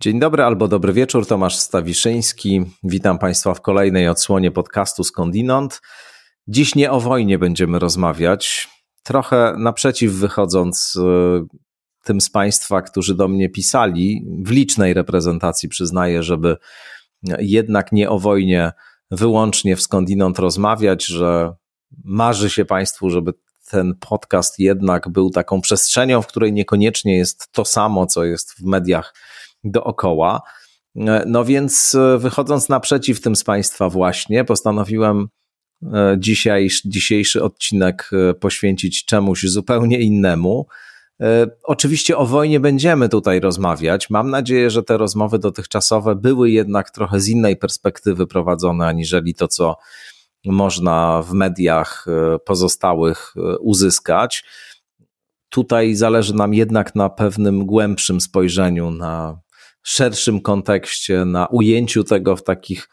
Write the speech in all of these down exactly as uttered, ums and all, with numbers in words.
Dzień dobry albo dobry wieczór, Tomasz Stawiszyński. Witam Państwa w kolejnej odsłonie podcastu Skądinąd. Dziś nie o wojnie będziemy rozmawiać. Trochę naprzeciw wychodząc tym z Państwa, którzy do mnie pisali, w licznej reprezentacji przyznaję, żeby jednak nie o wojnie wyłącznie w Skądinąd rozmawiać, że marzy się Państwu, żeby ten podcast jednak był taką przestrzenią, w której niekoniecznie jest to samo, co jest w mediach dookoła. No więc wychodząc naprzeciw tym z Państwa właśnie, postanowiłem dzisiaj, dzisiejszy odcinek poświęcić czemuś zupełnie innemu. Oczywiście o wojnie będziemy tutaj rozmawiać. Mam nadzieję, że te rozmowy dotychczasowe były jednak trochę z innej perspektywy prowadzone, aniżeli to, co można w mediach pozostałych uzyskać. Tutaj zależy nam jednak na pewnym głębszym spojrzeniu, na szerszym kontekście, na ujęciu tego w takich,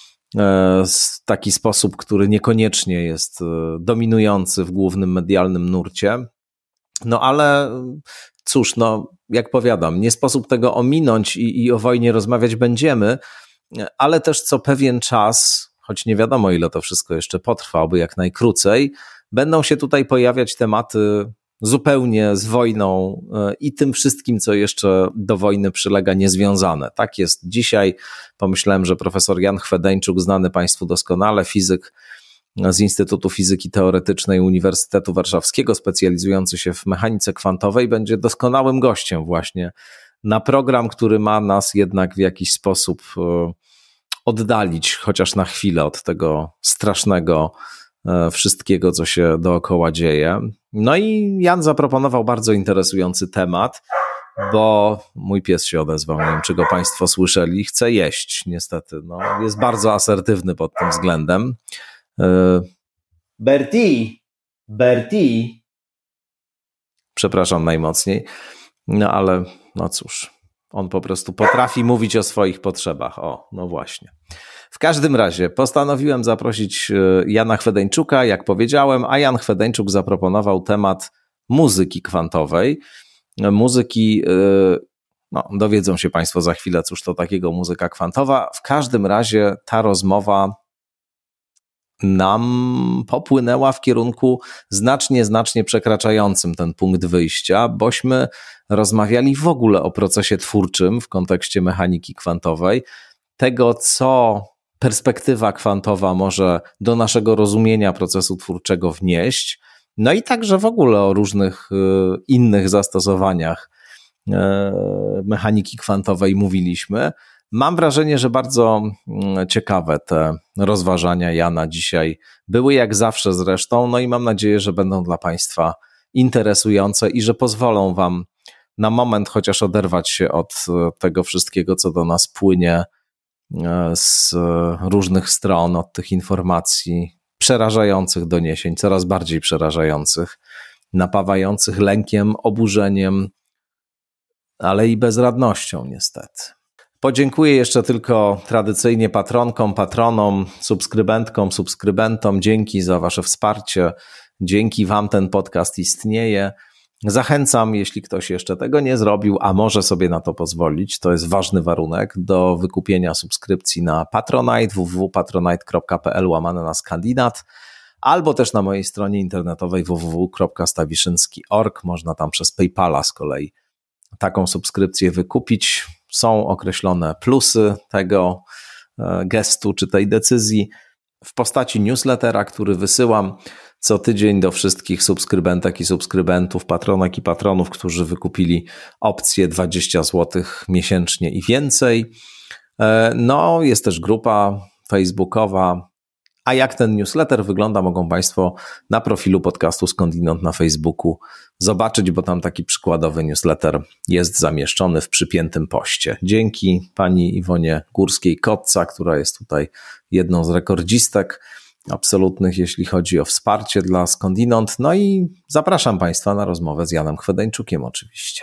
taki sposób, który niekoniecznie jest dominujący w głównym medialnym nurcie. No ale cóż, no jak powiadam, nie sposób tego ominąć i, i o wojnie rozmawiać będziemy, ale też co pewien czas, choć nie wiadomo ile to wszystko jeszcze potrwa, oby jak najkrócej, będą się tutaj pojawiać tematy zupełnie z wojną i tym wszystkim, co jeszcze do wojny przylega, niezwiązane. Tak jest dzisiaj. Pomyślałem, że profesor Jan Chwedeńczuk, znany Państwu doskonale, fizyk z Instytutu Fizyki Teoretycznej Uniwersytetu Warszawskiego, specjalizujący się w mechanice kwantowej, będzie doskonałym gościem właśnie na program, który ma nas jednak w jakiś sposób oddalić, chociaż na chwilę, od tego strasznego wszystkiego, co się dookoła dzieje. No i Jan zaproponował bardzo interesujący temat, bo mój pies się odezwał, nie wiem, czy go Państwo słyszeli, chce jeść niestety, no, jest bardzo asertywny pod tym względem. Bertie, Bertie, przepraszam najmocniej, no ale no cóż, on po prostu potrafi mówić o swoich potrzebach, o, no właśnie. W każdym razie postanowiłem zaprosić Jana Chwedeńczuka, jak powiedziałem, a Jan Chwedeńczuk zaproponował temat muzyki kwantowej. Muzyki, no dowiedzą się Państwo za chwilę, cóż to takiego muzyka kwantowa. W każdym razie ta rozmowa nam popłynęła w kierunku znacznie, znacznie przekraczającym ten punkt wyjścia, bośmy rozmawiali w ogóle o procesie twórczym w kontekście mechaniki kwantowej, tego co perspektywa kwantowa może do naszego rozumienia procesu twórczego wnieść, no i także w ogóle o różnych innych zastosowaniach mechaniki kwantowej mówiliśmy. Mam wrażenie, że bardzo ciekawe te rozważania Jana dzisiaj były, jak zawsze zresztą, no i mam nadzieję, że będą dla Państwa interesujące i że pozwolą Wam na moment chociaż oderwać się od tego wszystkiego, co do nas płynie z różnych stron, od tych informacji przerażających doniesień, coraz bardziej przerażających, napawających lękiem, oburzeniem, ale i bezradnością niestety. Podziękuję jeszcze tylko tradycyjnie patronkom, patronom, subskrybentkom, subskrybentom. Dzięki za Wasze wsparcie. Dzięki Wam ten podcast istnieje. Zachęcam, jeśli ktoś jeszcze tego nie zrobił, a może sobie na to pozwolić, to jest ważny warunek, do wykupienia subskrypcji na Patronite, www.patronite.pl łamane na skandynat, albo też na mojej stronie internetowej www kropka stawiszynski kropka org. Można tam przez PayPala z kolei taką subskrypcję wykupić. Są określone plusy tego gestu czy tej decyzji w postaci newslettera, który wysyłam co tydzień do wszystkich subskrybentek i subskrybentów, patronek i patronów, którzy wykupili opcję dwadzieścia złotych miesięcznie i więcej. No, jest też grupa facebookowa. A jak ten newsletter wygląda, mogą Państwo na profilu podcastu Skądinąd na Facebooku zobaczyć, bo tam taki przykładowy newsletter jest zamieszczony w przypiętym poście. Dzięki pani Iwonie Górskiej-Kotca, która jest tutaj jedną z rekordzistek absolutnych, jeśli chodzi o wsparcie dla Skądinąd. No i zapraszam Państwa na rozmowę z Janem Chwedeńczukiem oczywiście.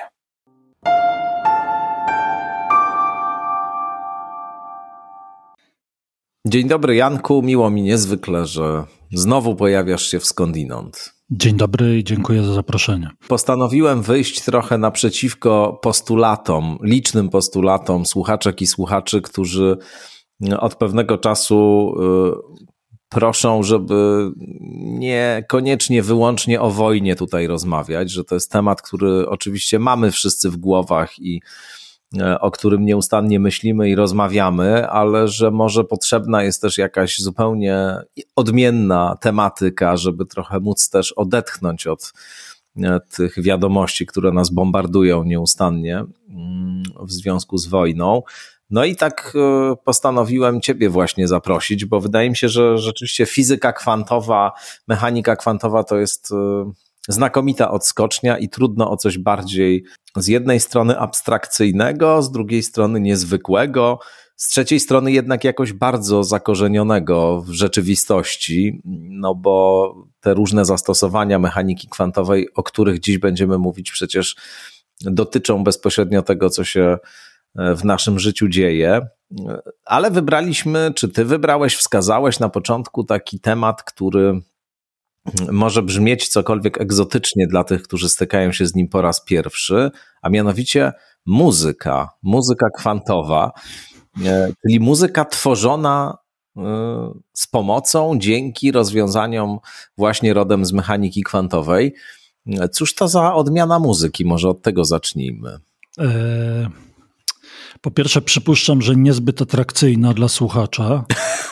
Dzień dobry Janku, miło mi niezwykle, że znowu pojawiasz się w Skądinąd. Dzień dobry i dziękuję za zaproszenie. Postanowiłem wyjść trochę naprzeciwko postulatom, licznym postulatom słuchaczek i słuchaczy, którzy od pewnego czasu proszą, żeby niekoniecznie wyłącznie o wojnie tutaj rozmawiać, że to jest temat, który oczywiście mamy wszyscy w głowach i o którym nieustannie myślimy i rozmawiamy, ale że może potrzebna jest też jakaś zupełnie odmienna tematyka, żeby trochę móc też odetchnąć od tych wiadomości, które nas bombardują nieustannie w związku z wojną. No i tak postanowiłem Ciebie właśnie zaprosić, bo wydaje mi się, że rzeczywiście fizyka kwantowa, mechanika kwantowa to jest znakomita odskocznia i trudno o coś bardziej z jednej strony abstrakcyjnego, z drugiej strony niezwykłego, z trzeciej strony jednak jakoś bardzo zakorzenionego w rzeczywistości, no bo te różne zastosowania mechaniki kwantowej, o których dziś będziemy mówić, przecież dotyczą bezpośrednio tego, co się w naszym życiu dzieje, ale wybraliśmy, czy ty wybrałeś, wskazałeś na początku taki temat, który może brzmieć cokolwiek egzotycznie dla tych, którzy stykają się z nim po raz pierwszy, a mianowicie muzyka, muzyka kwantowa, czyli muzyka tworzona z pomocą, dzięki rozwiązaniom właśnie rodem z mechaniki kwantowej. Cóż to za odmiana muzyki? Może od tego zacznijmy. E, po pierwsze przypuszczam, że niezbyt atrakcyjna dla słuchacza,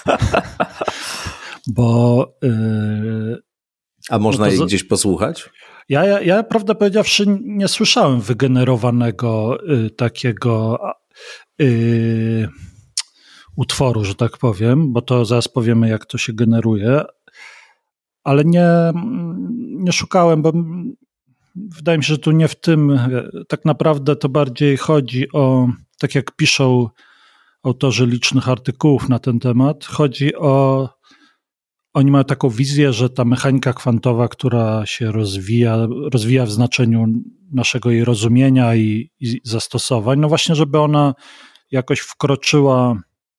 bo... E, A można no jej za... gdzieś posłuchać? Ja, ja, ja prawdę powiedziawszy nie słyszałem wygenerowanego y, takiego y, utworu, że tak powiem, bo to zaraz powiemy, jak to się generuje, ale nie, nie szukałem, bo wydaje mi się, że tu nie w tym, tak naprawdę to bardziej chodzi o, tak jak piszą autorzy licznych artykułów na ten temat, chodzi o Oni mają taką wizję, że ta mechanika kwantowa, która się rozwija, rozwija w znaczeniu naszego jej rozumienia i, i zastosowań, no właśnie, żeby ona jakoś wkroczyła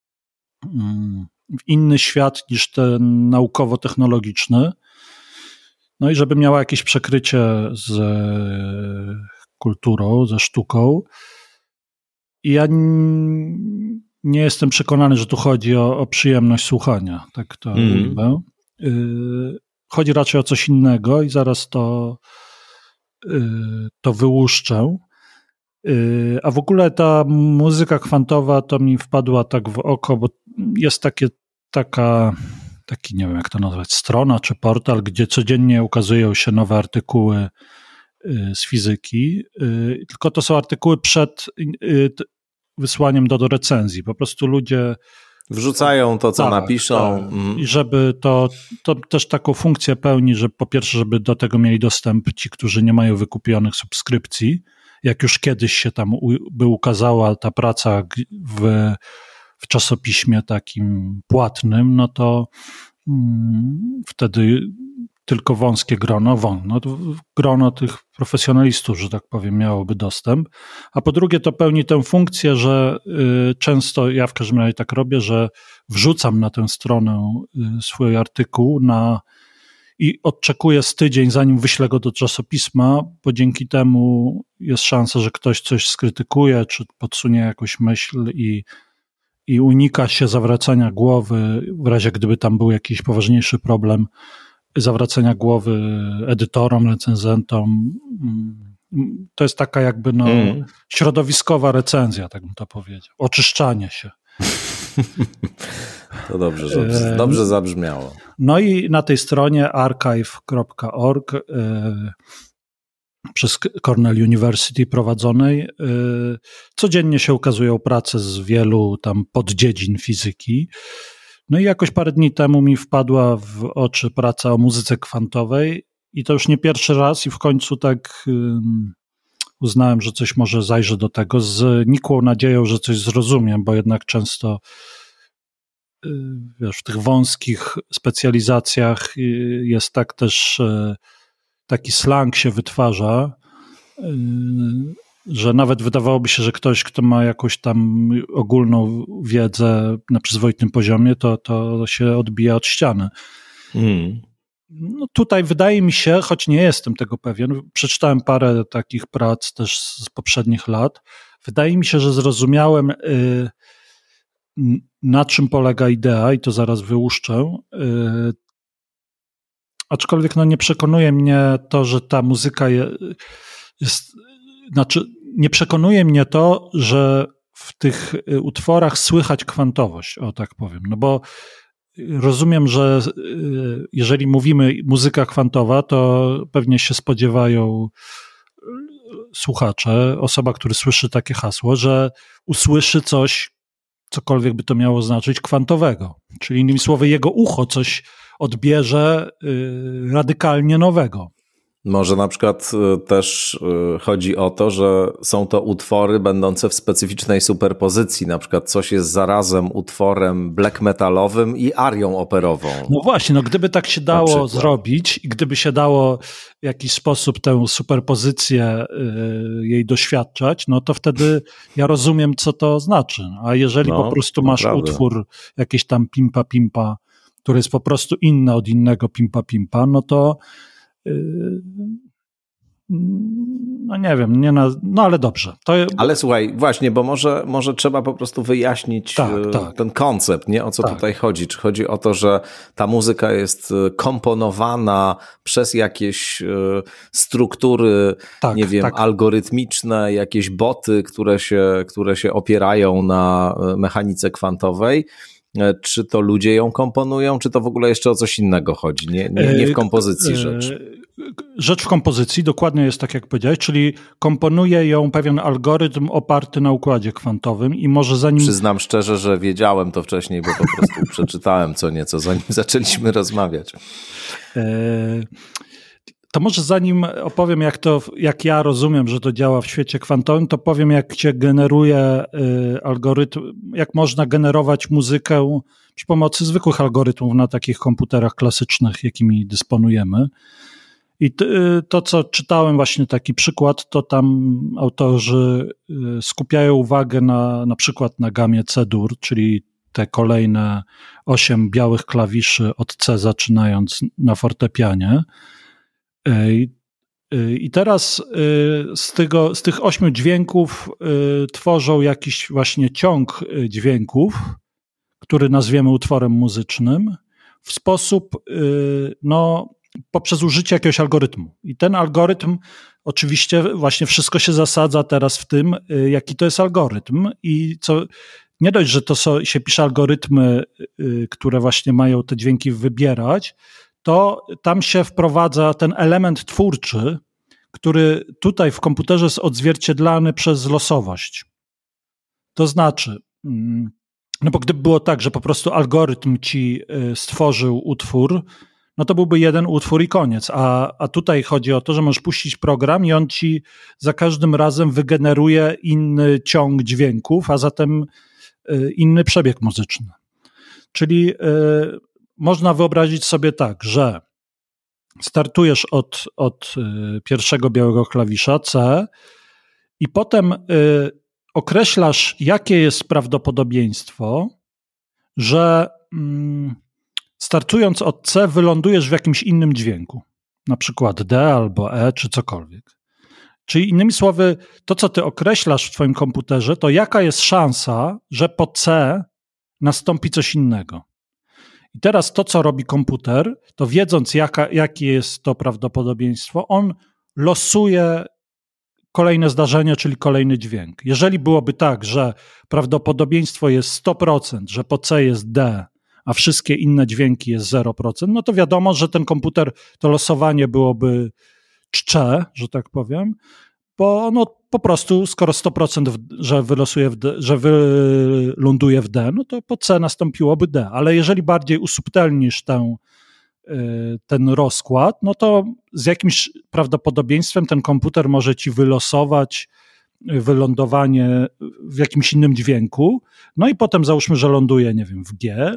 w inny świat niż ten naukowo-technologiczny, no i żeby miała jakieś przekrycie z kulturą, ze sztuką. I ja nie jestem przekonany, że tu chodzi o, o przyjemność słuchania, tak to mm. ujmę. Yy, chodzi raczej o coś innego i zaraz to, yy, to wyłuszczę. Yy, a w ogóle ta muzyka kwantowa to mi wpadła tak w oko, bo jest takie, taka, taki, nie wiem jak to nazwać, strona czy portal, gdzie codziennie ukazują się nowe artykuły yy, z fizyki, yy, tylko to są artykuły przed yy, wysłaniem do, do recenzji. Po prostu ludzie wrzucają to, co tak, napiszą. Tak. I żeby to, to też taką funkcję pełni, że po pierwsze, żeby do tego mieli dostęp ci, którzy nie mają wykupionych subskrypcji. Jak już kiedyś się tam u, by ukazała ta praca w, w czasopiśmie takim płatnym, no to mm, wtedy tylko wąskie grono, wą, no, grono tych profesjonalistów, że tak powiem, miałoby dostęp. A po drugie to pełni tę funkcję, że y, często, ja w każdym razie tak robię, że wrzucam na tę stronę y, swój artykuł na, i odczekuję z tydzień, zanim wyślę go do czasopisma, bo dzięki temu jest szansa, że ktoś coś skrytykuje, czy podsunie jakąś myśl i, i unika się zawracania głowy, w razie gdyby tam był jakiś poważniejszy problem, zawracania głowy edytorom, recenzentom. To jest taka jakby no, mm. środowiskowa recenzja, tak bym to powiedział. Oczyszczanie się. To dobrze, że, dobrze zabrzmiało. No i na tej stronie archive kropka org yy, przez Cornell University prowadzonej yy, codziennie się ukazują prace z wielu tam poddziedzin fizyki. No i jakoś parę dni temu mi wpadła w oczy praca o muzyce kwantowej i to już nie pierwszy raz i w końcu tak um, uznałem, że coś może zajrzę do tego z nikłą nadzieją, że coś zrozumiem, bo jednak często y, wiesz, w tych wąskich specjalizacjach y, jest tak też y, taki slang się wytwarza, y, że nawet wydawałoby się, że ktoś, kto ma jakąś tam ogólną wiedzę na przyzwoitym poziomie, to, to się odbija od ściany. Mm. No tutaj wydaje mi się, choć nie jestem tego pewien, przeczytałem parę takich prac też z poprzednich lat, wydaje mi się, że zrozumiałem, na czym polega idea i to zaraz wyłuszczę. Aczkolwiek no nie przekonuje mnie to, że ta muzyka jest, znaczy nie przekonuje mnie to, że w tych utworach słychać kwantowość, o tak powiem, no bo rozumiem, że jeżeli mówimy muzyka kwantowa, to pewnie się spodziewają słuchacze, osoba, który słyszy takie hasło, że usłyszy coś, cokolwiek by to miało znaczyć, kwantowego. Czyli innymi słowy, jego ucho coś odbierze radykalnie nowego. Może na przykład też chodzi o to, że są to utwory będące w specyficznej superpozycji. Na przykład coś jest zarazem utworem black metalowym i arią operową. No właśnie, no gdyby tak się dało zrobić i gdyby się dało w jakiś sposób tę superpozycję jej doświadczać, no to wtedy ja rozumiem, co to znaczy. A jeżeli no, po prostu masz naprawdę utwór jakiś tam pimpa pimpa, który jest po prostu inny od innego pimpa pimpa, no to no nie wiem, nie na, no ale dobrze. To... Ale słuchaj, właśnie, bo może, może trzeba po prostu wyjaśnić tak, tak. ten koncept, nie? O co tak. tutaj chodzi. Czy chodzi o to, że ta muzyka jest komponowana przez jakieś struktury, tak, nie wiem, tak. algorytmiczne, jakieś boty, które się, które się opierają na mechanice kwantowej? Czy to ludzie ją komponują, czy to w ogóle jeszcze o coś innego chodzi? Nie, nie, nie w kompozycji rzecz. Rzecz w kompozycji, dokładnie jest tak, jak powiedziałeś, czyli komponuje ją pewien algorytm oparty na układzie kwantowym i może zanim... Przyznam szczerze, że wiedziałem to wcześniej, bo po prostu przeczytałem co nieco, zanim zaczęliśmy rozmawiać. To może zanim opowiem, jak to, jak ja rozumiem, że to działa w świecie kwantowym, to powiem, jak się generuje algorytm, jak można generować muzykę przy pomocy zwykłych algorytmów na takich komputerach klasycznych, jakimi dysponujemy. I to, co czytałem, właśnie taki przykład, to tam autorzy skupiają uwagę na, na przykład na gamie C-dur, czyli te kolejne osiem białych klawiszy od C zaczynając na fortepianie. I teraz z, tego, z tych ośmiu dźwięków tworzą jakiś właśnie ciąg dźwięków, który nazwiemy utworem muzycznym, w sposób, no, poprzez użycie jakiegoś algorytmu. I ten algorytm, oczywiście właśnie wszystko się zasadza teraz w tym, jaki to jest algorytm i co, nie dość, że to są, się pisze algorytmy, które właśnie mają te dźwięki wybierać, to tam się wprowadza ten element twórczy, który tutaj w komputerze jest odzwierciedlany przez losowość. To znaczy, no bo gdyby było tak, że po prostu algorytm ci stworzył utwór, no to byłby jeden utwór i koniec. A, a tutaj chodzi o to, że możesz puścić program i on ci za każdym razem wygeneruje inny ciąg dźwięków, a zatem inny przebieg muzyczny. Czyli można wyobrazić sobie tak, że startujesz od, od pierwszego białego klawisza C i potem y, określasz, jakie jest prawdopodobieństwo, że y, startując od C wylądujesz w jakimś innym dźwięku, na przykład D albo E czy cokolwiek. Czyli innymi słowy, to co ty określasz w twoim komputerze, to jaka jest szansa, że po C nastąpi coś innego. I teraz to, co robi komputer, to wiedząc, jaka, jakie jest to prawdopodobieństwo, on losuje kolejne zdarzenie, czyli kolejny dźwięk. Jeżeli byłoby tak, że prawdopodobieństwo jest sto procent, że po C jest D, a wszystkie inne dźwięki jest zero procent, no to wiadomo, że ten komputer, to losowanie byłoby czcze, że tak powiem, bo no po prostu skoro sto procent, w, że wylosuje w D, że wyląduje w D, no to po C nastąpiłoby D. Ale jeżeli bardziej usubtelnisz tę, ten rozkład, no to z jakimś prawdopodobieństwem ten komputer może ci wylosować wylądowanie w jakimś innym dźwięku, no i potem załóżmy, że ląduje, nie wiem, w G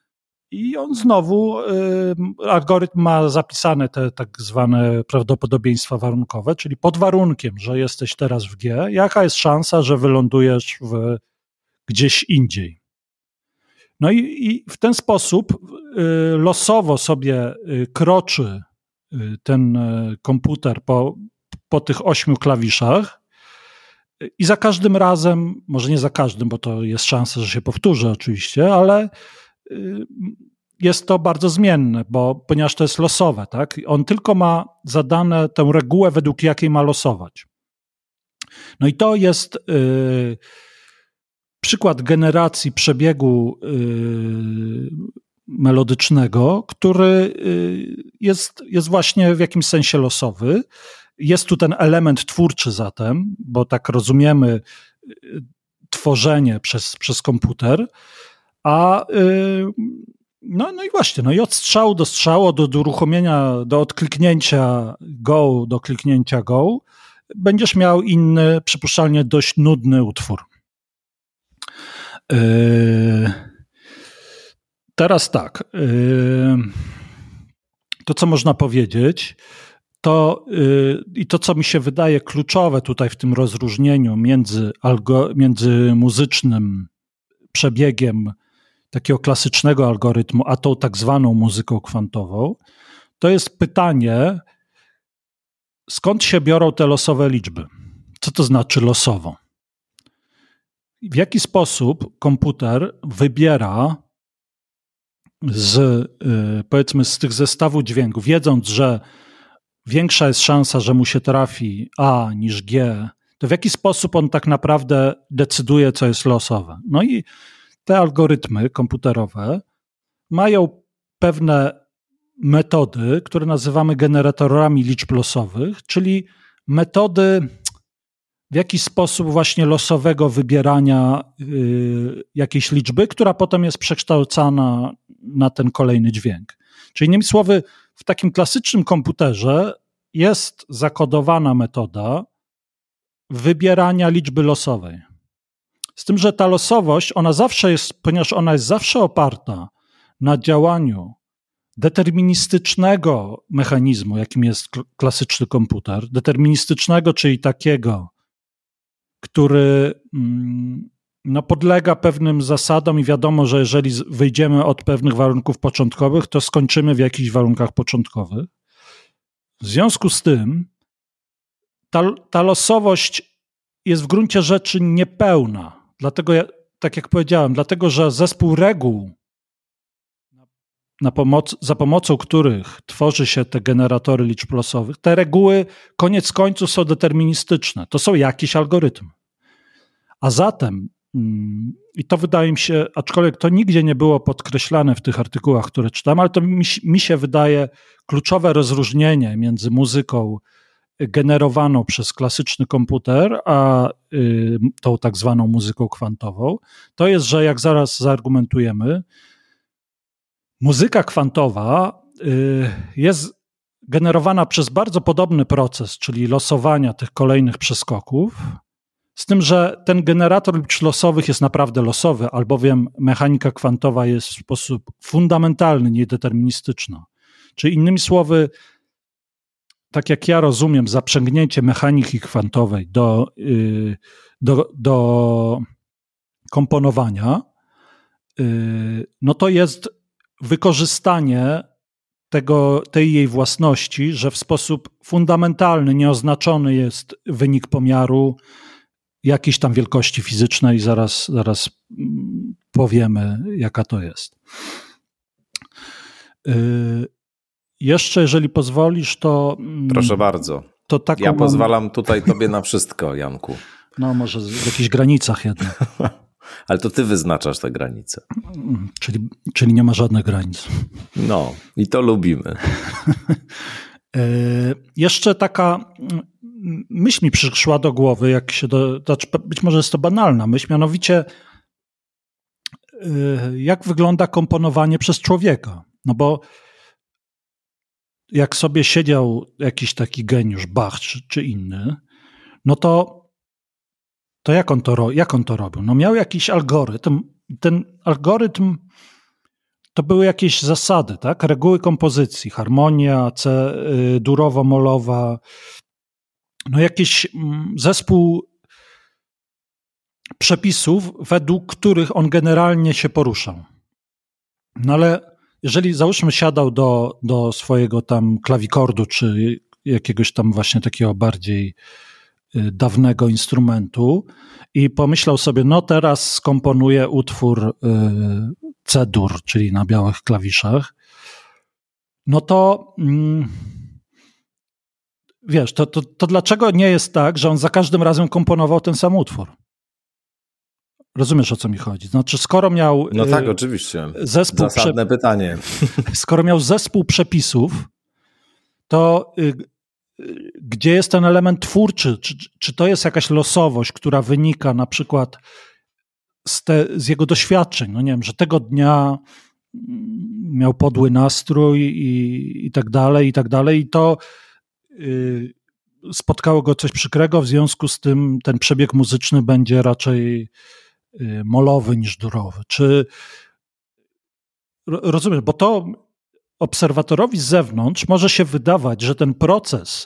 i on znowu, y, algorytm ma zapisane te tak zwane prawdopodobieństwa warunkowe, czyli pod warunkiem, że jesteś teraz w G, jaka jest szansa, że wylądujesz w, gdzieś indziej. No i, i w ten sposób losowo sobie kroczy ten komputer po, po tych ośmiu klawiszach i za każdym razem, może nie za każdym, bo to jest szansa, że się powtórzy oczywiście, ale jest to bardzo zmienne, bo, ponieważ to jest losowe, tak? On tylko ma zadane tę regułę, według jakiej ma losować. No i to jest y, przykład generacji przebiegu y, melodycznego, który y, jest, jest właśnie w jakimś sensie losowy. Jest tu ten element twórczy zatem, bo tak rozumiemy y, tworzenie przez, przez komputer, a y, no, no i właśnie, no i od strzału do strzału, do, do uruchomienia, do odkliknięcia go, do kliknięcia go, będziesz miał inny, przypuszczalnie dość nudny utwór. Yy, teraz tak, yy, to co można powiedzieć, to yy, i to co mi się wydaje kluczowe tutaj w tym rozróżnieniu między, algo, między muzycznym przebiegiem takiego klasycznego algorytmu, a tą tak zwaną muzyką kwantową, to jest pytanie, skąd się biorą te losowe liczby? Co to znaczy losowo? W jaki sposób komputer wybiera z, powiedzmy, z tych zestawów dźwięków, wiedząc, że większa jest szansa, że mu się trafi A niż G, to w jaki sposób on tak naprawdę decyduje, co jest losowe? No i te algorytmy komputerowe mają pewne metody, które nazywamy generatorami liczb losowych, czyli metody w jakiś sposób właśnie losowego wybierania y, jakiejś liczby, która potem jest przekształcana na ten kolejny dźwięk. Czyli innymi słowy, w takim klasycznym komputerze jest zakodowana metoda wybierania liczby losowej. Z tym, że ta losowość, ona zawsze jest, ponieważ ona jest zawsze oparta na działaniu deterministycznego mechanizmu, jakim jest klasyczny komputer, deterministycznego, czyli takiego, który no, podlega pewnym zasadom i wiadomo, że jeżeli wyjdziemy od pewnych warunków początkowych, to skończymy w jakichś warunkach początkowych. W związku z tym ta, ta losowość jest w gruncie rzeczy niepełna. Dlatego, ja, tak jak powiedziałem, dlatego, że zespół reguł, na pomoc, za pomocą których tworzy się te generatory liczb losowych, te reguły koniec końców są deterministyczne. To są jakieś algorytmy. A zatem, i to wydaje mi się, aczkolwiek to nigdzie nie było podkreślane w tych artykułach, które czytam, ale to mi, mi się wydaje kluczowe rozróżnienie między muzyką generowaną przez klasyczny komputer, a y, tą tak zwaną muzyką kwantową, to jest, że jak zaraz zaargumentujemy, muzyka kwantowa y, jest generowana przez bardzo podobny proces, czyli losowania tych kolejnych przeskoków, z tym, że ten generator liczb losowych jest naprawdę losowy, albowiem mechanika kwantowa jest w sposób fundamentalny niedeterministyczna. Czyli innymi słowy, tak jak ja rozumiem, zaprzęgnięcie mechaniki kwantowej do, yy, do, do komponowania, yy, no to jest wykorzystanie tego, tej jej własności, że w sposób fundamentalny nieoznaczony jest wynik pomiaru jakiejś tam wielkości fizycznej, zaraz, zaraz powiemy, jaka to jest. Yy, jeszcze, jeżeli pozwolisz, to... Proszę bardzo. To taką ja pozwalam mam... tutaj tobie na wszystko, Janku. No może w jakichś granicach jednak. Ale to ty wyznaczasz te granice. Czyli, czyli nie ma żadnych granic. No i to lubimy. Jeszcze taka myśl mi przyszła do głowy, jak się do, być może jest to banalna myśl, mianowicie jak wygląda komponowanie przez człowieka. No bo jak sobie siedział jakiś taki geniusz, Bach czy, czy inny, no to to jak on to, jak on to robił? No miał jakiś algorytm. Ten algorytm to były jakieś zasady, tak? Reguły kompozycji, harmonia, C, durowo-molowa, no jakiś zespół przepisów, według których on generalnie się poruszał. No ale jeżeli załóżmy siadał do, do swojego tam klawikordu, czy jakiegoś tam właśnie takiego bardziej dawnego instrumentu i pomyślał sobie, no teraz skomponuję utwór C-dur, czyli na białych klawiszach, no to mm, wiesz, to, to, to dlaczego nie jest tak, że on za każdym razem komponował ten sam utwór? Rozumiesz, o co mi chodzi? Znaczy, skoro miał... No tak, y, oczywiście. Zespół Zasadne prze... pytanie. Skoro miał zespół przepisów, to y, y, gdzie jest ten element twórczy? Czy, czy to jest jakaś losowość, która wynika na przykład z, te, z jego doświadczeń? No nie wiem, że tego dnia miał podły nastrój i, i tak dalej, i tak dalej. I to y, spotkało go coś przykrego, w związku z tym ten przebieg muzyczny będzie raczej molowy niż durowy. Czy rozumiesz, bo to obserwatorowi z zewnątrz może się wydawać, że ten proces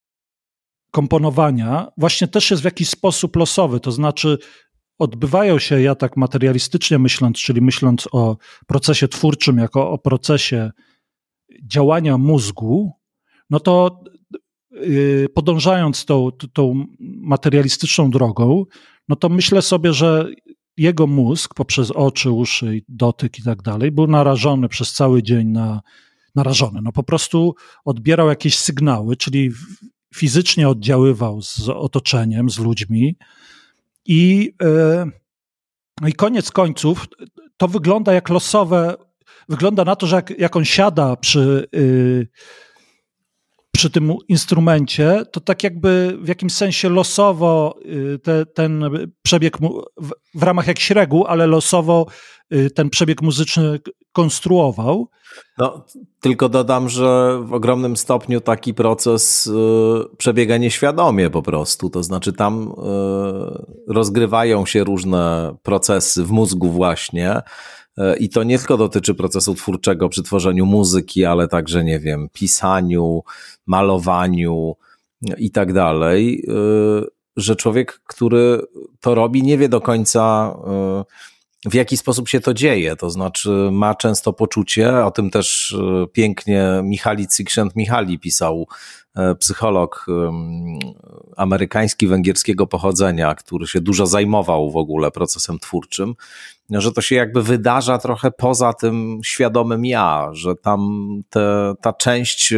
komponowania właśnie też jest w jakiś sposób losowy, to znaczy odbywają się, ja tak materialistycznie myśląc, czyli myśląc o procesie twórczym jako o procesie działania mózgu, no to yy, podążając tą, tą materialistyczną drogą, no to myślę sobie, że jego mózg poprzez oczy, uszy, dotyk i tak dalej był narażony przez cały dzień na, narażony, no po prostu odbierał jakieś sygnały, czyli fizycznie oddziaływał z otoczeniem, z ludźmi i, yy, i koniec końców to wygląda jak losowe, wygląda na to, że jak, jak on siada przy yy, przy tym instrumencie, to tak jakby w jakimś sensie losowo te, ten przebieg, w, w ramach jakichś reguł, ale losowo ten przebieg muzyczny konstruował. No, tylko dodam, że w ogromnym stopniu taki proces y, przebiega nieświadomie po prostu, to znaczy tam y, rozgrywają się różne procesy w mózgu właśnie, i to nie tylko dotyczy procesu twórczego przy tworzeniu muzyki, ale także, nie wiem, pisaniu, malowaniu i tak dalej, że człowiek, który to robi, nie wie do końca, w jaki sposób się to dzieje. To znaczy ma często poczucie, o tym też pięknie Michali Csikszentmihalyi pisał, psycholog amerykański, węgierskiego pochodzenia, który się dużo zajmował w ogóle procesem twórczym, że to się jakby wydarza trochę poza tym świadomym ja, że tam te, ta część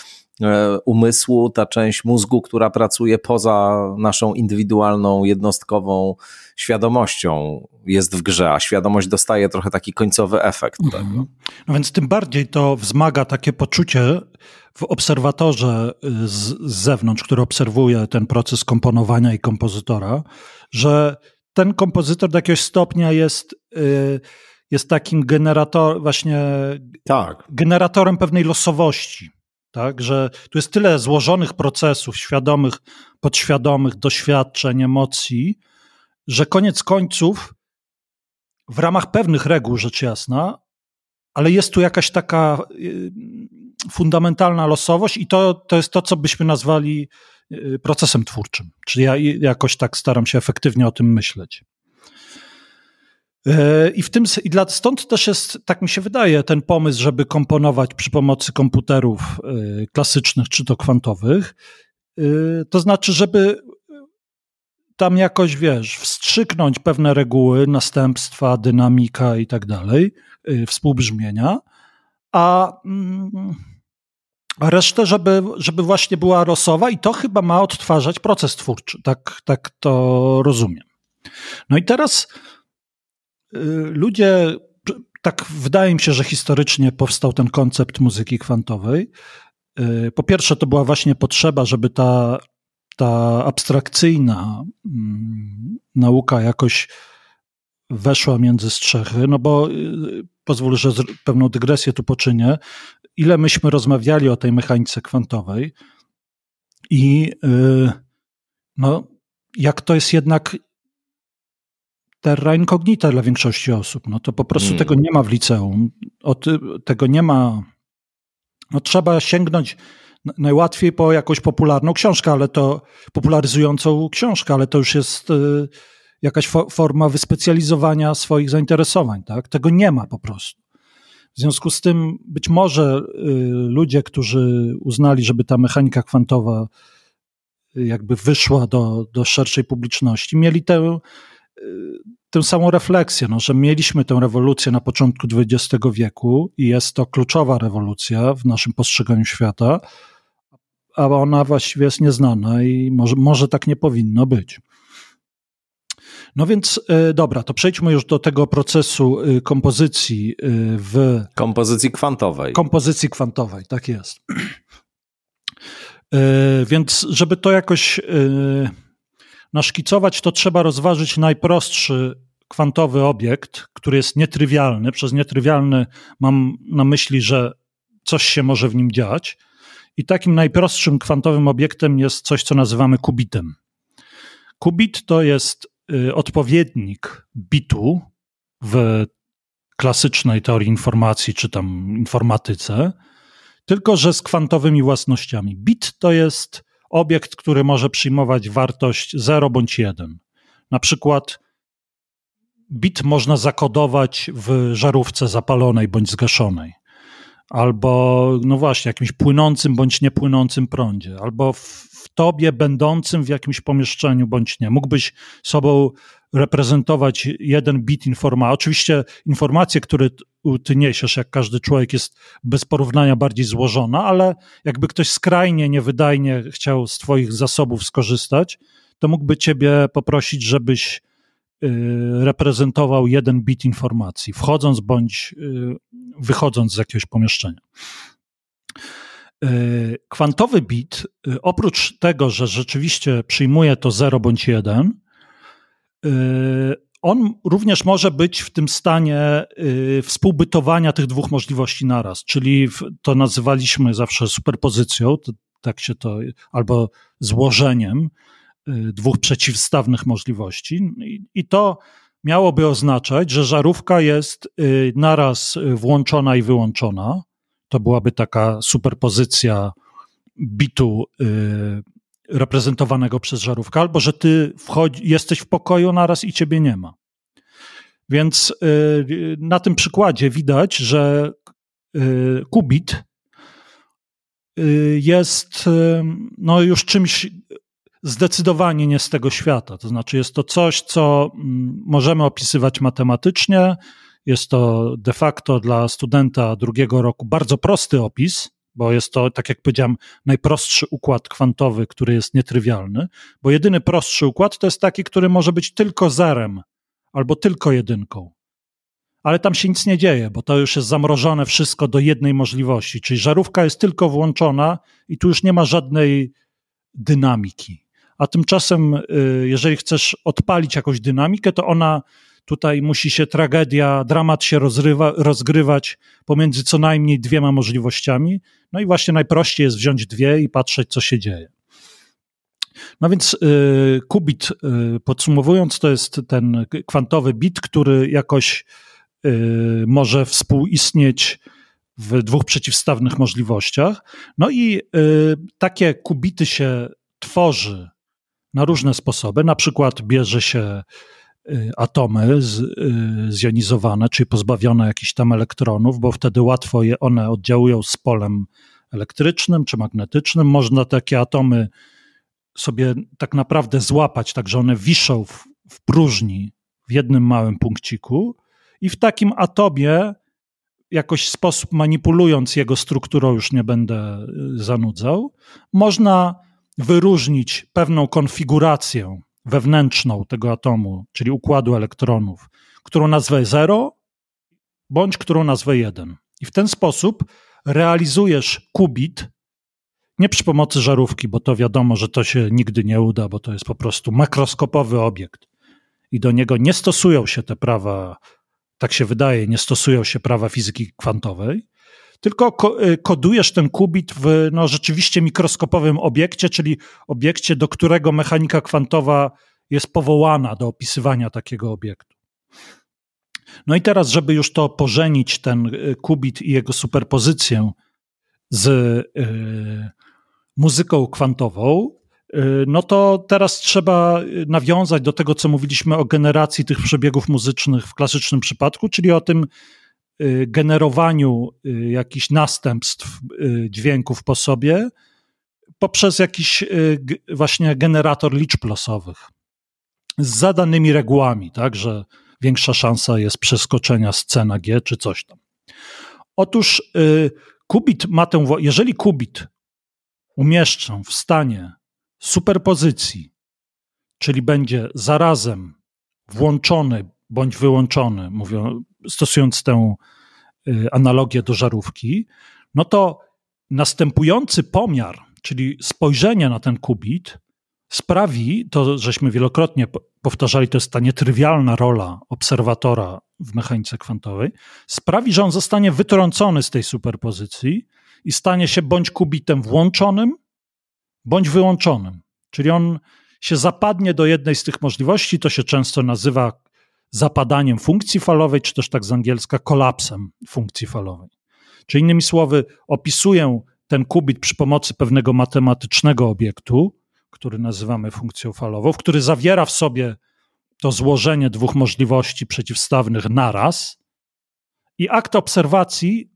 umysłu, ta część mózgu, która pracuje poza naszą indywidualną, jednostkową świadomością jest w grze, a świadomość dostaje trochę taki końcowy efekt tego. Mhm. No więc tym bardziej to wzmaga takie poczucie w obserwatorze z, z zewnątrz, który obserwuje ten proces komponowania i kompozytora, że ten kompozytor do jakiegoś stopnia jest, jest takim generatorem, właśnie tak. generatorem pewnej losowości. Tak, że tu jest tyle złożonych procesów świadomych, podświadomych, doświadczeń, emocji, że koniec końców w ramach pewnych reguł, rzecz jasna, ale jest tu jakaś taka fundamentalna losowość i to, to jest to, co byśmy nazwali procesem twórczym. Czyli ja jakoś tak staram się efektywnie o tym myśleć. I w tym, i dla, stąd też jest, tak mi się wydaje, ten pomysł, żeby komponować przy pomocy komputerów klasycznych czy to kwantowych, to znaczy, żeby tam jakoś, wiesz, wstrzyknąć pewne reguły, następstwa, dynamika i tak dalej, współbrzmienia, a, a resztę, żeby, żeby właśnie była losowa i to chyba ma odtwarzać proces twórczy, tak, tak to rozumiem. No i teraz ludzie, tak wydaje mi się, że historycznie powstał ten koncept muzyki kwantowej. Po pierwsze, to była właśnie potrzeba, żeby ta, ta abstrakcyjna mm, nauka jakoś weszła między strzechy, no bo pozwól, że pewną dygresję tu poczynię. Ile myśmy rozmawiali o tej mechanice kwantowej i yy, no, jak to jest jednak terra incognita dla większości osób. No to po prostu hmm. tego nie ma w liceum. Od, tego nie ma. No trzeba sięgnąć najłatwiej po jakąś popularną książkę, ale to popularyzującą książkę, ale to już jest y, jakaś fo, forma wyspecjalizowania swoich zainteresowań. Tak? Tego nie ma po prostu. W związku z tym być może ludzie, którzy uznali, żeby ta mechanika kwantowa jakby wyszła do, do szerszej publiczności, mieli tę, tę samą refleksję, no, że mieliśmy tę rewolucję na początku dwudziestego wieku i jest to kluczowa rewolucja w naszym postrzeganiu świata, a ona właściwie jest nieznana i może, może tak nie powinno być. No więc dobra, to przejdźmy już do tego procesu kompozycji w... Kompozycji kwantowej. Kompozycji kwantowej, tak jest. Więc żeby to jakoś naszkicować, to trzeba rozważyć najprostszy kwantowy obiekt, który jest nietrywialny. Przez nietrywialny mam na myśli, że coś się może w nim dziać. I takim najprostszym kwantowym obiektem jest coś, co nazywamy kubitem. Kubit to jest odpowiednik bitu w klasycznej teorii informacji, czy tam informatyce, tylko że z kwantowymi własnościami. Bit to jest obiekt, który może przyjmować wartość zero bądź jeden. Na przykład bit można zakodować w żarówce zapalonej bądź zgaszonej, albo no właśnie jakimś płynącym bądź niepłynącym prądzie, albo w, w tobie będącym w jakimś pomieszczeniu bądź nie. Mógłbyś sobą reprezentować jeden bit informacji. Oczywiście informacje, które ty niesiesz, jak każdy człowiek, jest bez porównania bardziej złożona, ale jakby ktoś skrajnie niewydajnie chciał z twoich zasobów skorzystać, to mógłby ciebie poprosić, żebyś reprezentował jeden bit informacji, wchodząc bądź wychodząc z jakiegoś pomieszczenia. Kwantowy bit, oprócz tego, że rzeczywiście przyjmuje to zero bądź jeden, on również może być w tym stanie współbytowania tych dwóch możliwości naraz, czyli to nazywaliśmy zawsze superpozycją, tak się to, albo złożeniem dwóch przeciwstawnych możliwości. I to miałoby oznaczać, że żarówka jest naraz włączona i wyłączona. To byłaby taka superpozycja bitu reprezentowanego przez żarówkę, albo że ty wchodzi, jesteś w pokoju naraz i ciebie nie ma. Więc na tym przykładzie widać, że kubit jest no już czymś zdecydowanie nie z tego świata. To znaczy jest to coś, co możemy opisywać matematycznie. Jest to de facto dla studenta drugiego roku bardzo prosty opis, bo jest to, tak jak powiedziałem, najprostszy układ kwantowy, który jest nietrywialny, bo jedyny prostszy układ to jest taki, który może być tylko zerem albo tylko jedynką. Ale tam się nic nie dzieje, bo to już jest zamrożone wszystko do jednej możliwości, czyli żarówka jest tylko włączona i tu już nie ma żadnej dynamiki. A tymczasem, jeżeli chcesz odpalić jakąś dynamikę, to ona tutaj musi się tragedia, dramat się rozrywa, rozgrywać pomiędzy co najmniej dwiema możliwościami. No i właśnie najprościej jest wziąć dwie i patrzeć, co się dzieje. No więc y, kubit, y, podsumowując, to jest ten kwantowy bit, który jakoś y, może współistnieć w dwóch przeciwstawnych możliwościach. No i y, takie kubity się tworzy na różne sposoby. Na przykład bierze się atomy z, zjonizowane, czyli pozbawione jakichś tam elektronów, bo wtedy łatwo je one oddziałują z polem elektrycznym czy magnetycznym. Można takie atomy sobie tak naprawdę złapać, tak że one wiszą w, w próżni w jednym małym punkciku i w takim atomie jakoś sposób manipulując jego strukturą, już nie będę zanudzał, można wyróżnić pewną konfigurację wewnętrzną tego atomu, czyli układu elektronów, którą nazwę zero, bądź którą nazwę jeden. I w ten sposób realizujesz kubit, nie przy pomocy żarówki, bo to wiadomo, że to się nigdy nie uda, bo to jest po prostu makroskopowy obiekt i do niego nie stosują się te prawa, tak się wydaje, nie stosują się prawa fizyki kwantowej, tylko kodujesz ten kubit w no, rzeczywiście mikroskopowym obiekcie, czyli obiekcie, do którego mechanika kwantowa jest powołana do opisywania takiego obiektu. No i teraz, żeby już to pożenić, ten kubit i jego superpozycję z y, muzyką kwantową, y, no to teraz trzeba nawiązać do tego, co mówiliśmy o generacji tych przebiegów muzycznych w klasycznym przypadku, czyli o tym, generowaniu jakichś następstw dźwięków po sobie poprzez jakiś właśnie generator liczb losowych z zadanymi regułami, tak, że większa szansa jest przeskoczenia z C na G czy coś tam. Otóż qubit ma tę, jeżeli qubit umieszczę w stanie superpozycji, czyli będzie zarazem włączony bądź wyłączony, mówią, stosując tę analogię do żarówki, no to następujący pomiar, czyli spojrzenie na ten qubit, sprawi, to żeśmy wielokrotnie powtarzali, to jest ta nietrywialna rola obserwatora w mechanice kwantowej, sprawi, że on zostanie wytrącony z tej superpozycji i stanie się bądź kubitem włączonym, bądź wyłączonym. Czyli on się zapadnie do jednej z tych możliwości, to się często nazywa zapadaniem funkcji falowej, czy też tak z angielska kolapsem funkcji falowej. Czyli innymi słowy, opisuję ten qubit przy pomocy pewnego matematycznego obiektu, który nazywamy funkcją falową, który zawiera w sobie to złożenie dwóch możliwości przeciwstawnych naraz i akt obserwacji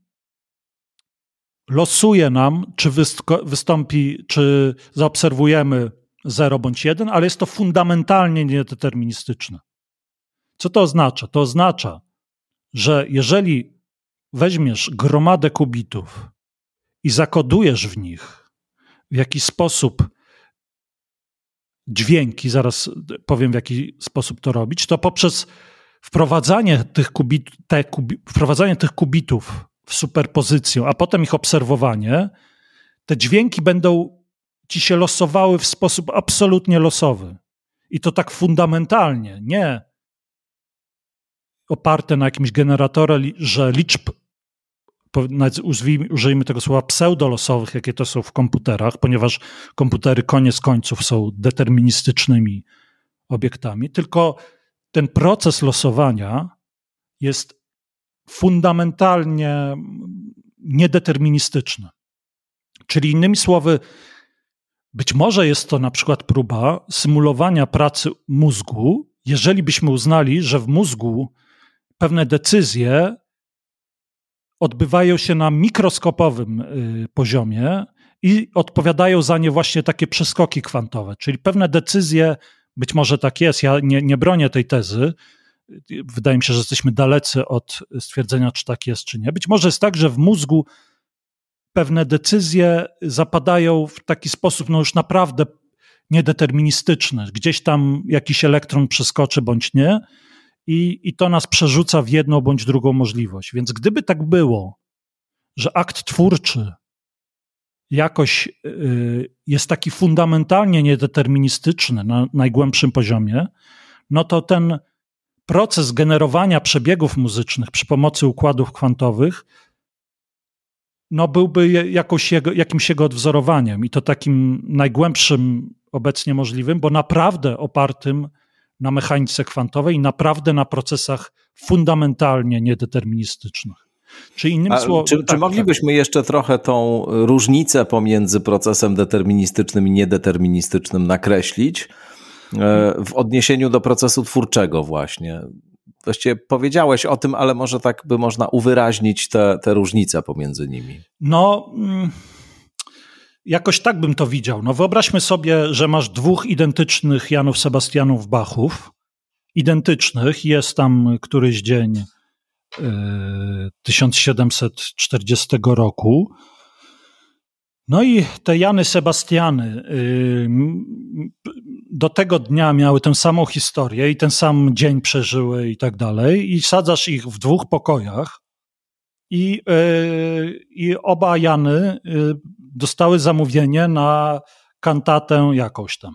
losuje nam, czy wystąpi, czy zaobserwujemy zero bądź jeden, ale jest to fundamentalnie niedeterministyczne. Co to oznacza? To oznacza, że jeżeli weźmiesz gromadę qubitów i zakodujesz w nich w jakiś sposób dźwięki, zaraz powiem w jaki sposób to robić, to poprzez wprowadzanie tych, kubit, te kubi, wprowadzanie tych qubitów w superpozycję, a potem ich obserwowanie, te dźwięki będą ci się losowały w sposób absolutnie losowy. I to tak fundamentalnie, nie oparte na jakimś generatorze, że liczb, użyjmy tego słowa, pseudolosowych, jakie to są w komputerach, ponieważ komputery koniec końców są deterministycznymi obiektami, tylko ten proces losowania jest fundamentalnie niedeterministyczny. Czyli innymi słowy, być może jest to na przykład próba symulowania pracy mózgu, jeżeli byśmy uznali, że w mózgu pewne decyzje odbywają się na mikroskopowym poziomie i odpowiadają za nie właśnie takie przeskoki kwantowe. Czyli pewne decyzje, być może tak jest, ja nie, nie bronię tej tezy, wydaje mi się, że jesteśmy dalecy od stwierdzenia, czy tak jest, czy nie. Być może jest tak, że w mózgu pewne decyzje zapadają w taki sposób no już naprawdę niedeterministyczny. Gdzieś tam jakiś elektron przeskoczy bądź nie i, i to nas przerzuca w jedną bądź drugą możliwość. Więc gdyby tak było, że akt twórczy jakoś y, jest taki fundamentalnie niedeterministyczny na najgłębszym poziomie, no to ten proces generowania przebiegów muzycznych przy pomocy układów kwantowych no byłby jakoś jego, jakimś jego odwzorowaniem i to takim najgłębszym obecnie możliwym, bo naprawdę opartym na mechanice kwantowej i naprawdę na procesach fundamentalnie niedeterministycznych. Czy innymi słowy... Czy, tak, czy moglibyśmy tak. jeszcze trochę tą różnicę pomiędzy procesem deterministycznym i niedeterministycznym nakreślić w odniesieniu do procesu twórczego właśnie? Właściwie powiedziałeś o tym, ale może tak by można uwyraźnić te, te różnice pomiędzy nimi. No, jakoś tak bym to widział. No wyobraźmy sobie, że masz dwóch identycznych Janów Sebastianów Bachów. Identycznych. Jest tam któryś dzień y, tysiąc siedemset czterdziestego roku. No i te Jany Sebastiany y, do tego dnia miały tę samą historię i ten sam dzień przeżyły i tak dalej i sadzasz ich w dwóch pokojach i, y, i oba Jany y, dostały zamówienie na kantatę jakąś tam.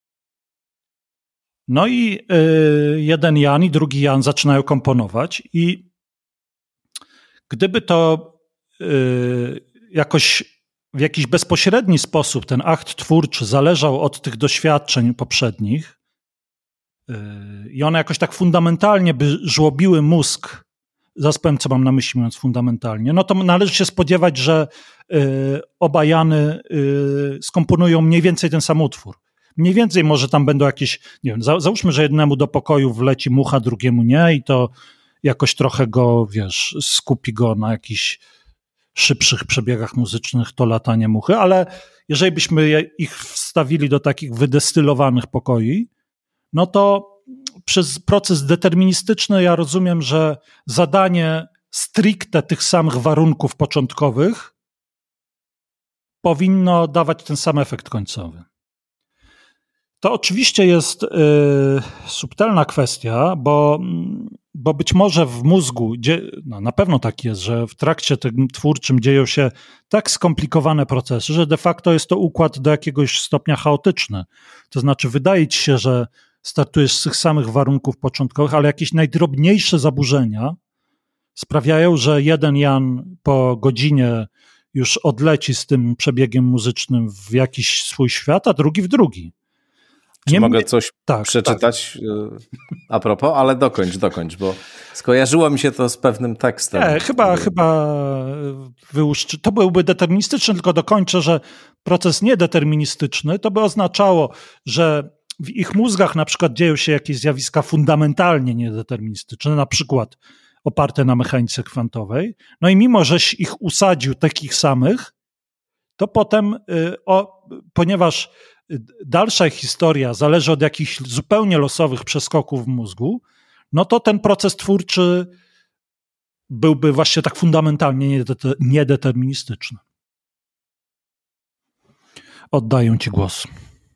No i y, jeden Jan i drugi Jan zaczynają komponować i gdyby to y, jakoś w jakiś bezpośredni sposób ten akt twórczy zależał od tych doświadczeń poprzednich yy, i one jakoś tak fundamentalnie by żłobiły mózg, zaraz powiem, co mam na myśli mówiąc fundamentalnie, no to należy się spodziewać, że yy, oba Jany yy, skomponują mniej więcej ten sam utwór. Mniej więcej może tam będą jakieś, nie wiem, za, załóżmy, że jednemu do pokoju wleci mucha, drugiemu nie i to jakoś trochę go, wiesz, skupi go na jakichś szybszych przebiegach muzycznych, to latanie muchy, ale jeżeli byśmy ich wstawili do takich wydestylowanych pokoi, no to przez proces deterministyczny ja rozumiem, że zadanie stricte tych samych warunków początkowych powinno dawać ten sam efekt końcowy. To oczywiście jest y, subtelna kwestia, bo, bo być może w mózgu, no na pewno tak jest, że w trakcie tym twórczym dzieją się tak skomplikowane procesy, że de facto jest to układ do jakiegoś stopnia chaotyczny. To znaczy wydaje ci się, że startujesz z tych samych warunków początkowych, ale jakieś najdrobniejsze zaburzenia sprawiają, że jeden Jan po godzinie już odleci z tym przebiegiem muzycznym w jakiś swój świat, a drugi w drugi. Czy nie mogę coś tak, przeczytać tak. a propos, ale dokończ, dokończ, bo skojarzyło mi się to z pewnym tekstem. Nie, chyba, który... chyba wyłuszczy... to byłby deterministyczny, tylko dokończę, że proces niedeterministyczny to by oznaczało, że w ich mózgach na przykład dzieją się jakieś zjawiska fundamentalnie niedeterministyczne, na przykład oparte na mechanice kwantowej, no i mimo, żeś ich usadził takich samych, to potem, o, ponieważ dalsza historia zależy od jakichś zupełnie losowych przeskoków w mózgu, no to ten proces twórczy byłby właśnie tak fundamentalnie niedeterministyczny. Oddaję ci głos.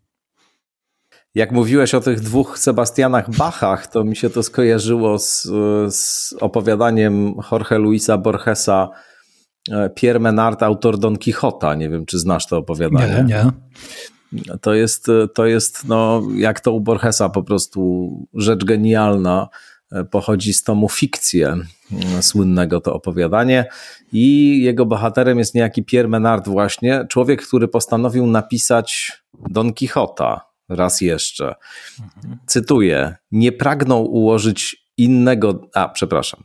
Jak mówiłeś o tych dwóch Sebastianach Bachach, to mi się to skojarzyło z, z opowiadaniem Jorge Luisa Borgesa, Pierre Menard, autor Don Quixota. Nie wiem, czy znasz to opowiadanie. Nie, nie. To jest, to jest no, jak to u Borgesa, po prostu rzecz genialna. Pochodzi z tomu Fikcje, słynnego to opowiadanie, i jego bohaterem jest niejaki Pierre Menard właśnie, człowiek, który postanowił napisać Don Quixota raz jeszcze. Mhm. Cytuję: nie pragnął ułożyć innego... A, przepraszam.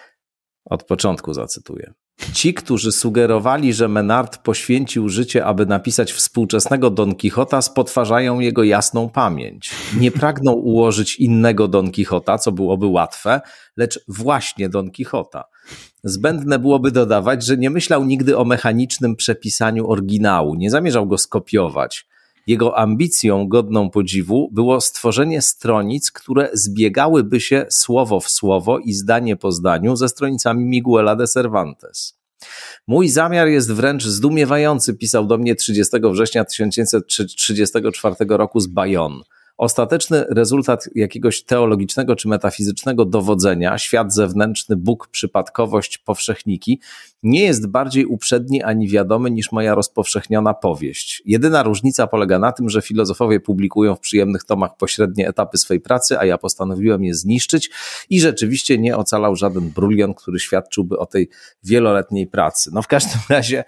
Od początku zacytuję. Ci, którzy sugerowali, że Menard poświęcił życie, aby napisać współczesnego Don Quixota, spotwarzają jego jasną pamięć. Nie pragnął ułożyć innego Don Quixota, co byłoby łatwe, lecz właśnie Don Quixota. Zbędne byłoby dodawać, że nie myślał nigdy o mechanicznym przepisaniu oryginału, nie zamierzał go skopiować. Jego ambicją godną podziwu było stworzenie stronic, które zbiegałyby się słowo w słowo i zdanie po zdaniu ze stronicami Miguela de Cervantes. Mój zamiar jest wręcz zdumiewający, pisał do mnie trzydziestego września tysiąc dziewięćset trzydziestego czwartego roku z Bayonne. Ostateczny rezultat jakiegoś teologicznego czy metafizycznego dowodzenia, świat zewnętrzny, Bóg, przypadkowość, powszechniki, nie jest bardziej uprzedni ani wiadomy niż moja rozpowszechniona powieść. Jedyna różnica polega na tym, że filozofowie publikują w przyjemnych tomach pośrednie etapy swej pracy, a ja postanowiłem je zniszczyć i rzeczywiście nie ocalał żaden brulion, który świadczyłby o tej wieloletniej pracy. No w każdym razie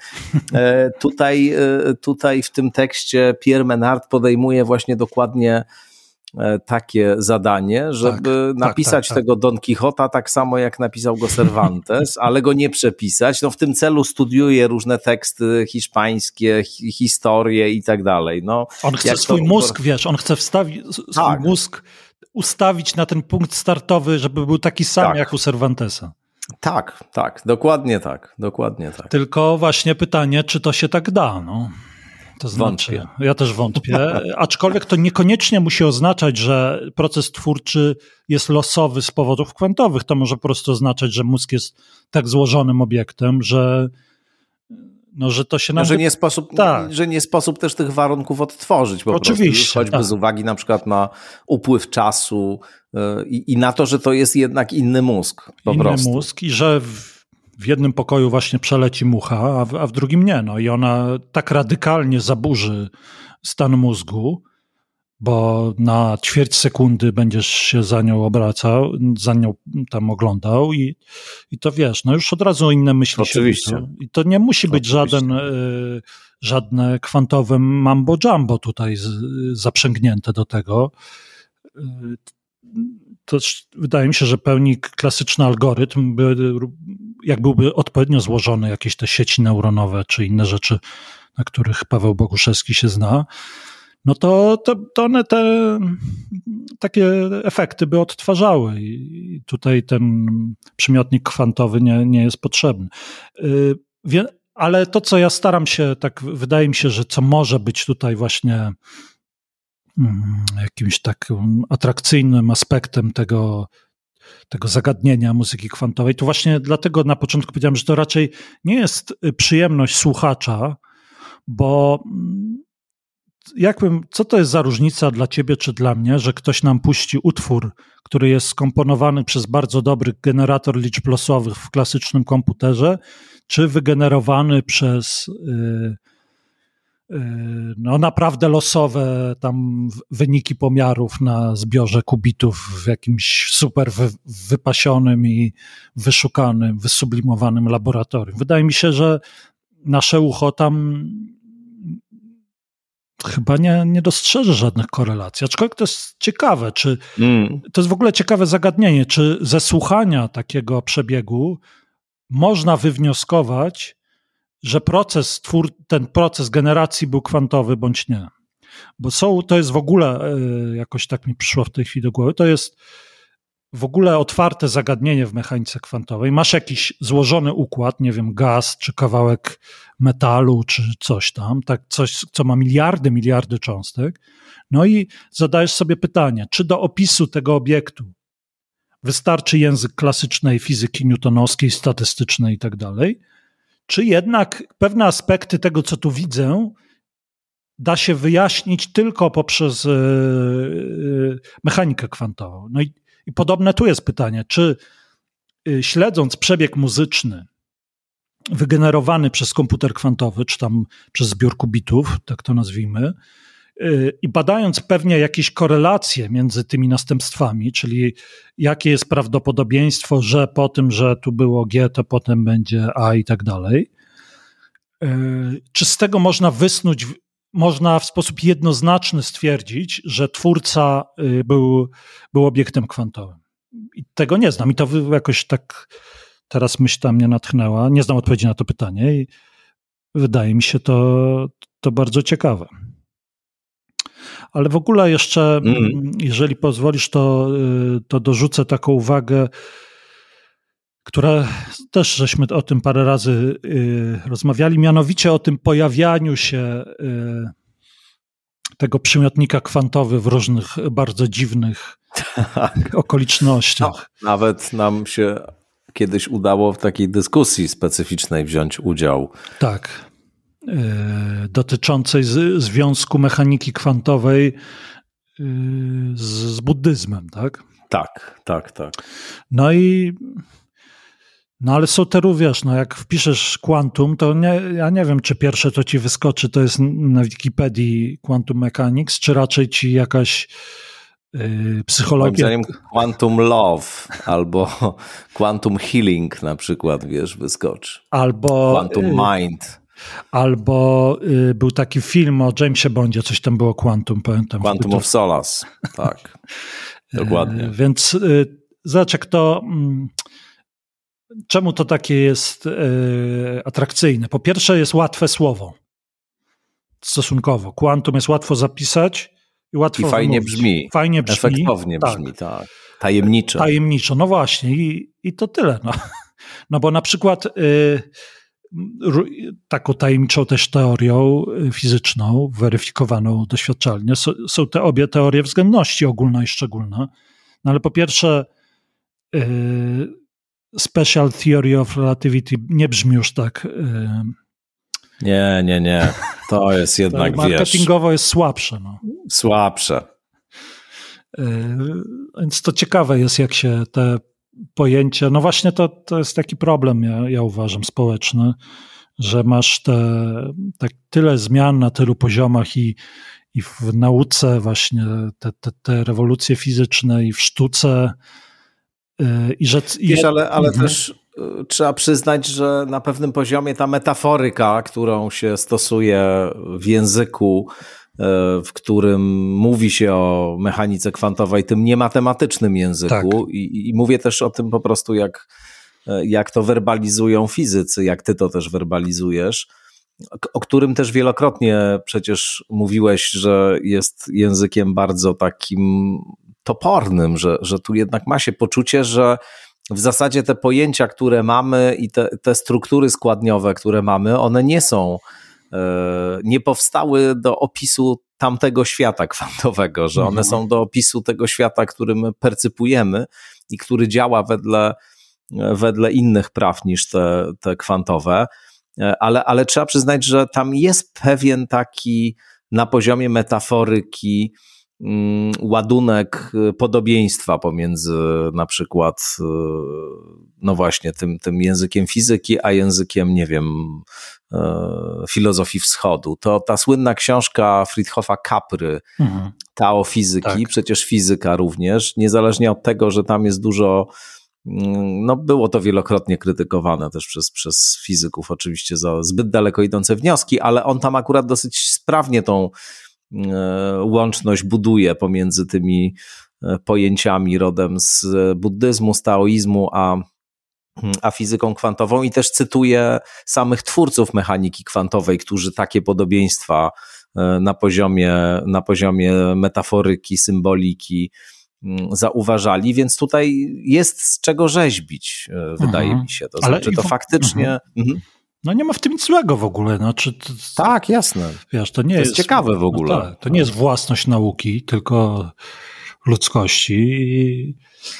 tutaj, tutaj w tym tekście Pierre Menard podejmuje właśnie dokładnie takie zadanie, żeby tak, napisać tak, tak, tego Don Quixota tak samo jak napisał go Cervantes, ale go nie przepisać. No w tym celu studiuje różne teksty hiszpańskie, hi- historie i tak dalej. No, on chce swój to... mózg, wiesz, on chce wstawić swój tak. mózg, ustawić na ten punkt startowy, żeby był taki sam tak. jak u Cervantesa. Tak, tak, dokładnie tak, dokładnie tak. Tylko właśnie pytanie, czy to się tak da, no. To znaczy, wątpię. Ja też wątpię, aczkolwiek to niekoniecznie musi oznaczać, że proces twórczy jest losowy z powodów kwantowych. To może po prostu oznaczać, że mózg jest tak złożonym obiektem, że, no, że to się nam... No, że, nie sposób, tak. że nie sposób też tych warunków odtworzyć po Oczywiście, prostu. Choćby tak. z uwagi na przykład na upływ czasu i, i na to, że to jest jednak inny mózg po inny prostu. Inny mózg i że... W, W jednym pokoju właśnie przeleci mucha, a w, a w drugim nie. No i ona tak radykalnie zaburzy stan mózgu, bo na ćwierć sekundy będziesz się za nią obracał, za nią tam oglądał i, i to wiesz, no już od razu inne myśli Oczywiście. się widzą. I to nie musi być żaden, y, żadne kwantowe mambo jumbo tutaj z, zaprzęgnięte do tego. Y, To wydaje mi się, że pełni klasyczny algorytm, by, jak byłby odpowiednio złożony, jakieś te sieci neuronowe czy inne rzeczy, na których Paweł Boguszewski się zna, no to, to, to one te takie efekty by odtwarzały i tutaj ten przymiotnik kwantowy nie, nie jest potrzebny. Wie, ale to, co ja staram się, tak wydaje mi się, że co może być tutaj właśnie jakimś takim atrakcyjnym aspektem tego, tego zagadnienia muzyki kwantowej, to właśnie dlatego na początku powiedziałem, że to raczej nie jest przyjemność słuchacza, bo jakbym, co to jest za różnica dla ciebie czy dla mnie, że ktoś nam puści utwór, który jest skomponowany przez bardzo dobry generator liczb losowych w klasycznym komputerze, czy wygenerowany przez yy, yy, no naprawdę losowe tam wyniki pomiarów na zbiorze kubitów w jakimś super wy, wypasionym i wyszukanym, wysublimowanym laboratorium. Wydaje mi się, że nasze ucho tam chyba nie, nie dostrzeże żadnych korelacji. Aczkolwiek to jest ciekawe, czy mm. to jest w ogóle ciekawe zagadnienie, czy ze słuchania takiego przebiegu można wywnioskować, że proces, twór, ten proces generacji był kwantowy bądź nie. Bo są, to jest w ogóle, jakoś tak mi przyszło w tej chwili do głowy, to jest w ogóle otwarte zagadnienie w mechanice kwantowej. Masz jakiś złożony układ, nie wiem, gaz, czy kawałek metalu, czy coś tam, tak coś, co ma miliardy, miliardy cząstek. No i zadajesz sobie pytanie, czy do opisu tego obiektu wystarczy język klasycznej fizyki newtonowskiej, statystycznej i tak dalej, czy jednak pewne aspekty tego, co tu widzę, da się wyjaśnić tylko poprzez yy, mechanikę kwantową. No i I podobne tu jest pytanie, czy śledząc przebieg muzyczny wygenerowany przez komputer kwantowy, czy tam przez zbiór kubitów, tak to nazwijmy, i badając pewnie jakieś korelacje między tymi następstwami, czyli jakie jest prawdopodobieństwo, że po tym, że tu było G, to potem będzie A i tak dalej, czy z tego można wysnuć, można w sposób jednoznaczny stwierdzić, że twórca był, był obiektem kwantowym. I tego nie znam. I to jakoś tak teraz myśl tam mnie natchnęła. Nie znam odpowiedzi na to pytanie i wydaje mi się to, to bardzo ciekawe. Ale w ogóle jeszcze, mm. jeżeli pozwolisz, to, to dorzucę taką uwagę, która też żeśmy o tym parę razy y, rozmawiali, mianowicie o tym pojawianiu się y, tego przymiotnika kwantowy w różnych bardzo dziwnych okolicznościach. No, nawet nam się kiedyś udało w takiej dyskusji specyficznej wziąć udział. Tak, y, dotyczącej z, związku mechaniki kwantowej y, z, z buddyzmem, tak? Tak, tak, tak. No i No ale są te, wiesz, no jak wpiszesz quantum, to nie, ja nie wiem, czy pierwsze to ci wyskoczy, to jest na Wikipedii Quantum Mechanics, czy raczej ci jakaś yy, psychologia. Moim zdaniem Quantum Love albo Quantum Healing na przykład, wiesz, wyskoczy. Albo Quantum yy, Mind. Albo yy, był taki film o Jamesie Bondzie, coś tam było Quantum, pamiętam. Quantum of Solace, tak. Dokładnie. Yy, więc yy, zobacz, jak to... Yy, Czemu to takie jest e, atrakcyjne? Po pierwsze jest łatwe słowo, stosunkowo. Quantum jest łatwo zapisać i łatwo I fajnie wymówić. brzmi. Fajnie brzmi. Efektownie tak. brzmi, tak. Tajemniczo. Tajemniczo, no właśnie i, i to tyle. No, no bo na przykład y, taką tajemniczą też teorią fizyczną, weryfikowaną doświadczalnie, są, są te obie teorie względności, ogólna i szczególna. No ale po pierwsze y, Special Theory of Relativity nie brzmi już tak. Nie, nie, nie. To jest jednak, to marketingowo wiesz, jest słabsze. No. Słabsze. Więc to ciekawe jest, jak się te pojęcia, no właśnie to, to jest taki problem, ja, ja uważam, społeczny, że masz te, tak tyle zmian na tylu poziomach i, i w nauce właśnie te, te, te rewolucje fizyczne i w sztuce. I że, Wiesz, ale, ale mhm. też trzeba przyznać, że na pewnym poziomie ta metaforyka, którą się stosuje w języku, w którym mówi się o mechanice kwantowej, tym niematematycznym języku, tak. I, i mówię też o tym po prostu, jak, jak to werbalizują fizycy, jak ty to też werbalizujesz, o którym też wielokrotnie przecież mówiłeś, że jest językiem bardzo takim topornym, że, że tu jednak ma się poczucie, że w zasadzie te pojęcia, które mamy i te, te struktury składniowe, które mamy, one nie są, nie powstały do opisu tamtego świata kwantowego, że one są do opisu tego świata, który my percypujemy i który działa wedle, wedle innych praw niż te, te kwantowe, ale, ale trzeba przyznać, że tam jest pewien taki na poziomie metaforyki ładunek podobieństwa pomiędzy na przykład no właśnie tym, tym językiem fizyki, a językiem, nie wiem, filozofii wschodu. To ta słynna książka Friedhofa Capry, mhm. Tao fizyki, tak. Przecież fizyka również, niezależnie od tego, że tam jest dużo, no było to wielokrotnie krytykowane też przez, przez fizyków oczywiście za zbyt daleko idące wnioski, ale on tam akurat dosyć sprawnie tą łączność buduje pomiędzy tymi pojęciami rodem z buddyzmu, z taoizmu, a, a fizyką kwantową i też cytuje samych twórców mechaniki kwantowej, którzy takie podobieństwa na poziomie, na poziomie metaforyki, symboliki zauważali, więc tutaj jest z czego rzeźbić, wydaje mhm. mi się. To znaczy to faktycznie... Mhm. Mhm. No nie ma w tym nic złego w ogóle. Znaczy, to, tak, jasne. Wiesz, to nie to jest, jest ciekawe w ogóle. No tak, to nie jest własność nauki, tylko ludzkości i,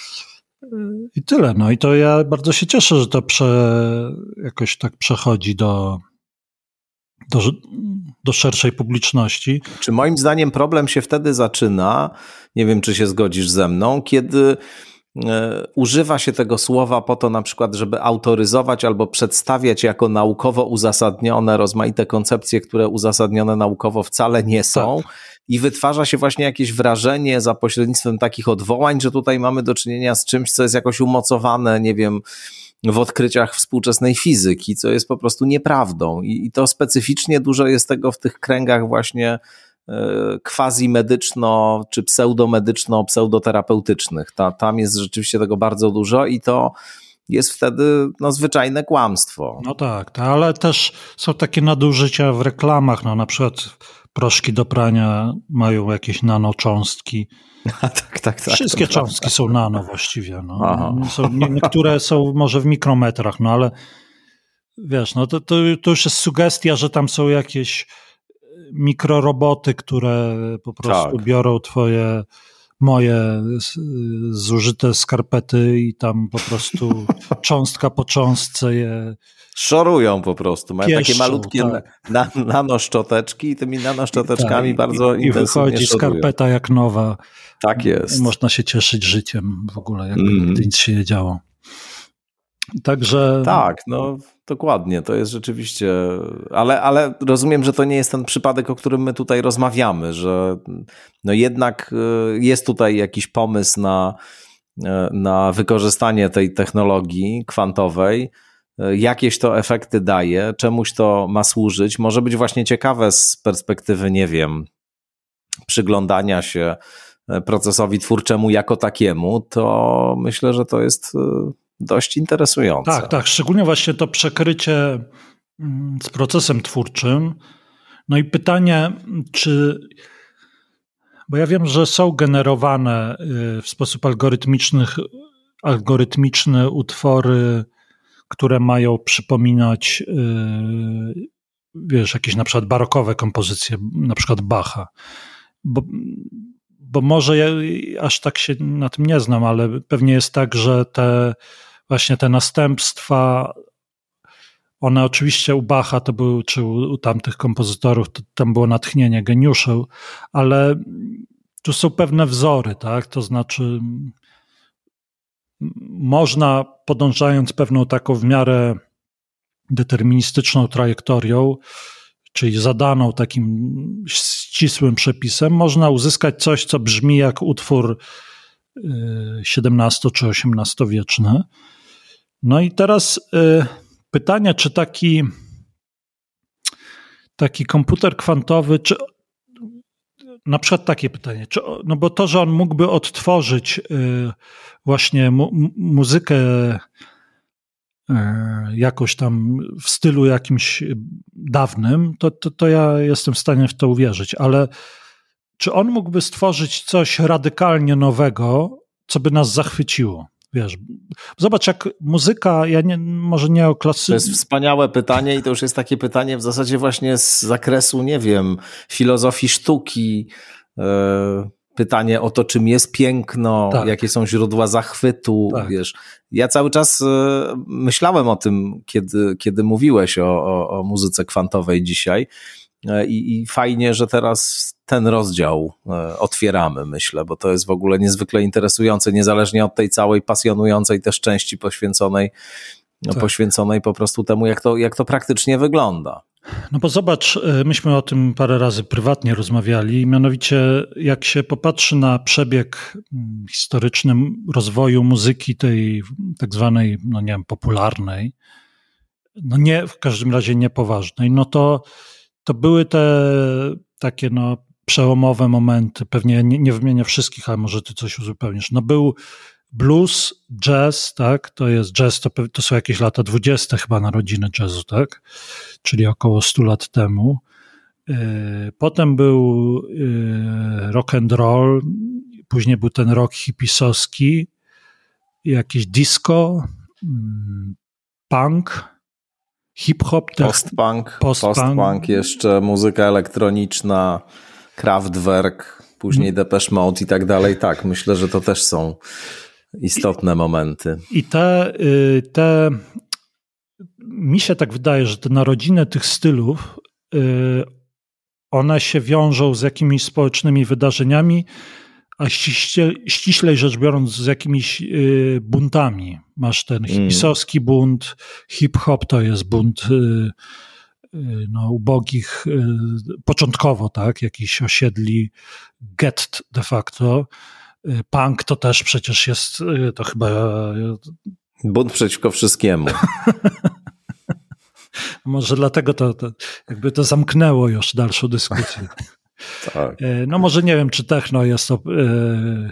i tyle. No i to ja bardzo się cieszę, że to prze, jakoś tak przechodzi do, do, do szerszej publiczności. Czy moim zdaniem problem się wtedy zaczyna, nie wiem, czy się zgodzisz ze mną, kiedy używa się tego słowa po to na przykład, żeby autoryzować albo przedstawiać jako naukowo uzasadnione rozmaite koncepcje, które uzasadnione naukowo wcale nie są tak. I wytwarza się właśnie jakieś wrażenie za pośrednictwem takich odwołań, że tutaj mamy do czynienia z czymś, co jest jakoś umocowane, nie wiem, w odkryciach współczesnej fizyki, co jest po prostu nieprawdą i, i to specyficznie dużo jest tego w tych kręgach właśnie quasi-medyczno czy pseudomedyczno, pseudoterapeutycznych. Ta, tam jest rzeczywiście tego bardzo dużo i to jest wtedy no, zwyczajne kłamstwo. No tak, tak, ale też są takie nadużycia w reklamach, no na przykład proszki do prania mają jakieś nanocząstki. tak, tak, tak. Wszystkie cząstki są nano właściwie. No. Są, nie, niektóre są może w mikrometrach, no ale wiesz, no to, to, to już jest sugestia, że tam są jakieś mikroroboty, które po prostu tak. biorą twoje, moje zużyte skarpety i tam po prostu cząstka po cząstce je szorują po prostu. Mają pieszczą, takie malutkie tak. na, nanoszczoteczki i tymi nanoszczoteczkami tak. bardzo I, intensywnie I wychodzi szorują. skarpeta jak nowa. Tak jest. Można się cieszyć życiem w ogóle, jakby mm. nigdy nic się nie działo. Także... Tak, no dokładnie, to jest rzeczywiście, ale, ale rozumiem, że to nie jest ten przypadek, o którym my tutaj rozmawiamy, że no jednak jest tutaj jakiś pomysł na, na wykorzystanie tej technologii kwantowej, jakieś to efekty daje, czemuś to ma służyć, może być właśnie ciekawe z perspektywy, nie wiem, przyglądania się procesowi twórczemu jako takiemu, to myślę, że to jest dość interesujące. Tak, tak, szczególnie właśnie to przekrycie z procesem twórczym. No i pytanie, czy, bo ja wiem, że są generowane w sposób algorytmiczny, algorytmiczne utwory, które mają przypominać, wiesz, jakieś na przykład barokowe kompozycje, na przykład Bacha. Bo, bo może ja aż tak się na tym nie znam, ale pewnie jest tak, że te właśnie te następstwa, one oczywiście u Bacha to były, czy u, u tamtych kompozytorów, to, tam było natchnienie, geniuszy, ale tu są pewne wzory, tak? To znaczy można, podążając pewną taką w miarę deterministyczną trajektorią, czyli zadaną takim ścisłym przepisem, można uzyskać coś, co brzmi jak utwór siedemnasto- czy osiemnastowieczny. No i teraz y, pytanie, czy taki taki komputer kwantowy, czy na przykład takie pytanie, czy, no bo to, że on mógłby odtworzyć y, właśnie mu, muzykę jakoś tam w stylu jakimś dawnym, to, to, to ja jestem w stanie w to uwierzyć, ale czy on mógłby stworzyć coś radykalnie nowego, co by nas zachwyciło? Wiesz, zobacz, jak muzyka, ja nie, może nie o klasy... To jest wspaniałe pytanie i to już jest takie pytanie w zasadzie właśnie z zakresu, nie wiem, filozofii sztuki, yy, pytanie o to, czym jest piękno, tak. jakie są źródła zachwytu, tak. wiesz. Ja cały czas yy, myślałem o tym, kiedy, kiedy mówiłeś o, o, o muzyce kwantowej dzisiaj. I, I fajnie, że teraz ten rozdział otwieramy, myślę, bo to jest w ogóle niezwykle interesujące, niezależnie od tej całej pasjonującej też części poświęconej, tak. poświęconej po prostu temu, jak to, jak to praktycznie wygląda. No bo zobacz, myśmy o tym parę razy prywatnie rozmawiali, mianowicie jak się popatrzy na przebieg historyczny rozwoju muzyki tej tak zwanej, no nie wiem, popularnej, no nie, w każdym razie niepoważnej, no to To były te takie no, przełomowe momenty, pewnie nie, nie wymienię wszystkich, ale może ty coś uzupełnisz. No był blues, jazz, tak, to jest jazz, to, to są jakieś lata dwudzieste chyba narodziny jazzu, tak, czyli około stu lat temu. Potem był rock and roll, później był ten rock hipisowski, jakiś disco, punk, hip-hop, post-punk, post-punk, post-punk, jeszcze muzyka elektroniczna, Kraftwerk, później mm. Depeche Mode i tak dalej. Tak, myślę, że to też są istotne momenty. I te, te mi się tak wydaje, że te narodziny tych stylów, one się wiążą z jakimiś społecznymi wydarzeniami, a ściśle, ściślej rzecz biorąc z jakimiś y, buntami. Masz ten hipisowski mm. bunt, hip-hop to jest bunt y, y, no, ubogich, y, początkowo, tak, jakichś osiedli gett de facto. Y, punk to też przecież jest, y, to chyba... Y, bunt przeciwko wszystkiemu. Może dlatego to, to jakby to zamknęło już dalszą dyskusję. Tak. No może nie wiem, czy techno jest to yy,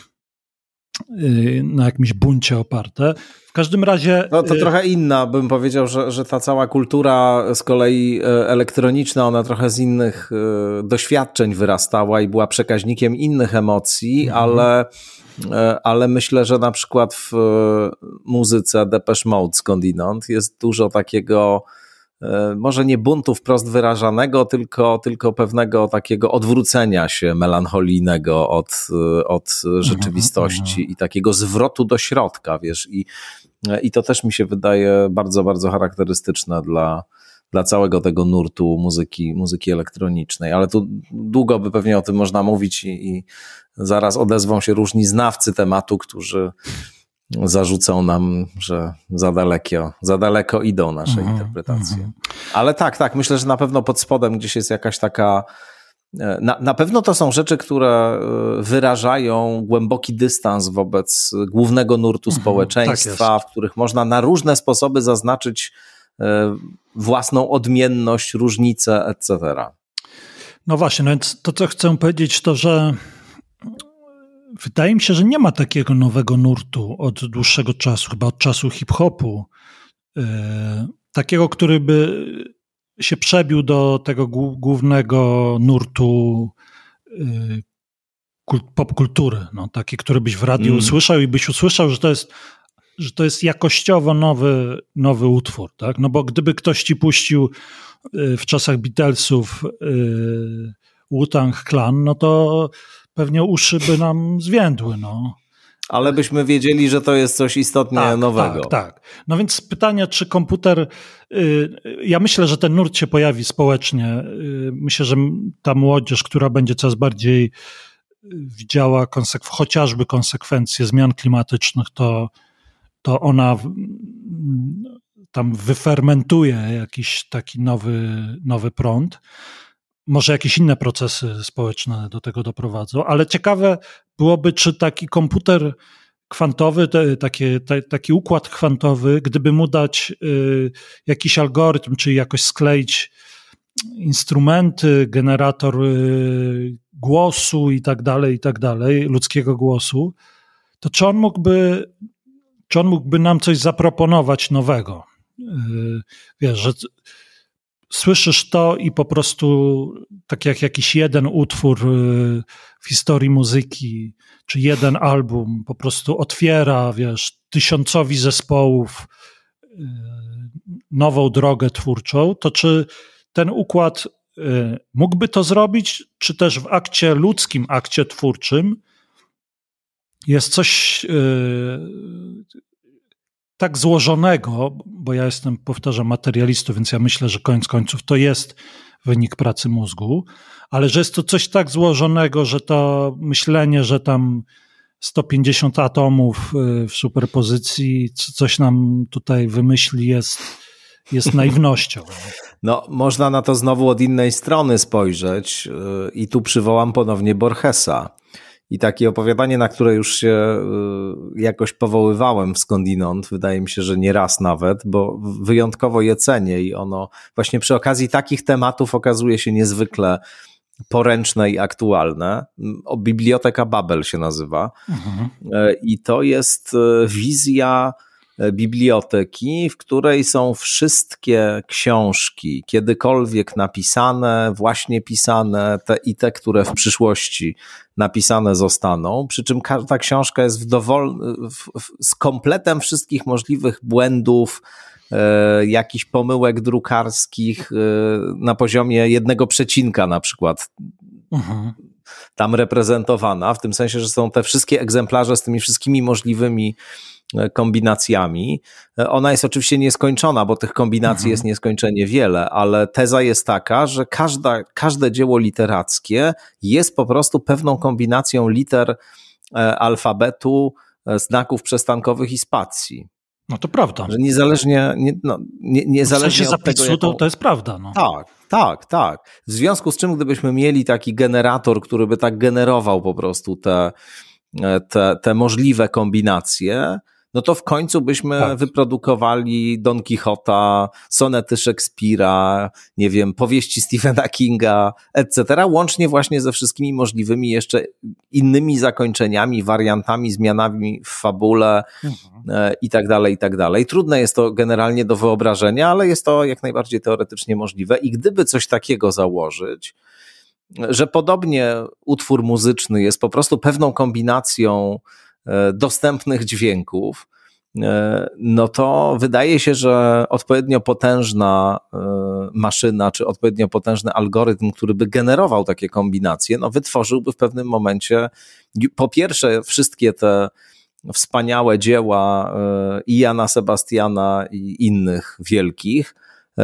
yy, na jakimś buncie oparte. W każdym razie... No to yy, trochę inna, bym powiedział, że, że ta cała kultura z kolei elektroniczna, ona trochę z innych yy, doświadczeń wyrastała i była przekaźnikiem innych emocji, yy. ale, yy, ale myślę, że na przykład w yy, muzyce Depeche Mode skądinąd jest dużo takiego może nie buntu wprost wyrażanego, tylko, tylko pewnego takiego odwrócenia się melancholijnego od, od rzeczywistości mm-hmm. i takiego zwrotu do środka, wiesz, i, i to też mi się wydaje bardzo, bardzo charakterystyczne dla, dla całego tego nurtu muzyki, muzyki elektronicznej, ale tu długo by pewnie o tym można mówić i, i zaraz odezwą się różni znawcy tematu, którzy zarzucą nam, że za daleko, za daleko idą nasze mm-hmm, interpretacje. Mm-hmm. Ale tak, tak, myślę, że na pewno pod spodem gdzieś jest jakaś taka... Na, na pewno to są rzeczy, które wyrażają głęboki dystans wobec głównego nurtu mm-hmm, społeczeństwa, tak w których można na różne sposoby zaznaczyć własną odmienność, różnicę, et cetera. No właśnie, no więc to, co chcę powiedzieć, to, że wydaje mi się, że nie ma takiego nowego nurtu od dłuższego czasu, chyba od czasu hip-hopu, yy, takiego, który by się przebił do tego g- głównego nurtu yy, kult, popkultury. No, taki, który byś w radiu mm. usłyszał i byś usłyszał, że to jest, że to jest jakościowo nowy, nowy utwór. Tak? No bo gdyby ktoś ci puścił yy, w czasach Beatlesów yy, Wu-Tang Clan, no to pewnie uszy by nam zwiędły, no. Ale byśmy wiedzieli, że to jest coś istotnie tak, nowego. Tak, tak. No więc pytanie, czy komputer... Yy, ja myślę, że ten nurt się pojawi społecznie. Yy, myślę, że ta młodzież, która będzie coraz bardziej widziała konsek- chociażby konsekwencje zmian klimatycznych, to, to ona w, tam wyfermentuje jakiś taki nowy, nowy prąd. Może jakieś inne procesy społeczne do tego doprowadzą, ale ciekawe byłoby, czy taki komputer kwantowy, te, takie, te, taki układ kwantowy, gdyby mu dać y, jakiś algorytm, czyli jakoś skleić instrumenty, generator y, głosu i tak dalej, i tak dalej, ludzkiego głosu, to czy on mógłby czy on mógłby nam coś zaproponować nowego. Wiesz, że słyszysz to i po prostu tak jak jakiś jeden utwór w historii muzyki, czy jeden album po prostu otwiera, wiesz, tysiącowi zespołów nową drogę twórczą, to czy ten układ mógłby to zrobić, czy też w akcie ludzkim, akcie twórczym jest coś tak złożonego, bo ja jestem, powtarzam, materialistą, więc ja myślę, że koniec końców to jest wynik pracy mózgu, ale że jest to coś tak złożonego, że to myślenie, że tam sto pięćdziesiąt atomów w superpozycji coś nam tutaj wymyśli, jest, jest naiwnością. No, można na to znowu od innej strony spojrzeć i tu przywołam ponownie Borgesa. I takie opowiadanie, na które już się jakoś powoływałem skądinąd, wydaje mi się, że nie raz nawet, bo wyjątkowo je cenię i ono właśnie przy okazji takich tematów okazuje się niezwykle poręczne i aktualne. O, Biblioteka Babel się nazywa. Mhm. I to jest wizja biblioteki, w której są wszystkie książki, kiedykolwiek napisane, właśnie pisane, te i te, które w przyszłości napisane zostaną, przy czym każda książka jest w dowol... w, w, z kompletem wszystkich możliwych błędów, e, jakichś pomyłek drukarskich e, na poziomie jednego przecinka na przykład. Mhm. Tam reprezentowana, w tym sensie, że są te wszystkie egzemplarze z tymi wszystkimi możliwymi kombinacjami. Ona jest oczywiście nieskończona, bo tych kombinacji mhm. jest nieskończenie wiele, ale teza jest taka, że każda, każde dzieło literackie jest po prostu pewną kombinacją liter alfabetu, znaków przestankowych i spacji. No to prawda. Że niezależnie, nie, no, nie, niezależnie w sensie od tego, zapisu, jaką... to, to jest prawda. No. Tak, tak, tak. W związku z czym, gdybyśmy mieli taki generator, który by tak generował po prostu te, te, te możliwe kombinacje, no to w końcu byśmy tak. wyprodukowali Don Quixota, sonety Szekspira, nie wiem, powieści Stephena Kinga, et cetera, łącznie właśnie ze wszystkimi możliwymi jeszcze innymi zakończeniami, wariantami, zmianami w fabule mhm. i tak dalej, i tak dalej. Trudne jest to generalnie do wyobrażenia, ale jest to jak najbardziej teoretycznie możliwe i gdyby coś takiego założyć, że podobnie utwór muzyczny jest po prostu pewną kombinacją dostępnych dźwięków, no to wydaje się, że odpowiednio potężna maszyna, czy odpowiednio potężny algorytm, który by generował takie kombinacje, no wytworzyłby w pewnym momencie po pierwsze wszystkie te wspaniałe dzieła i Jana Sebastiana i innych wielkich,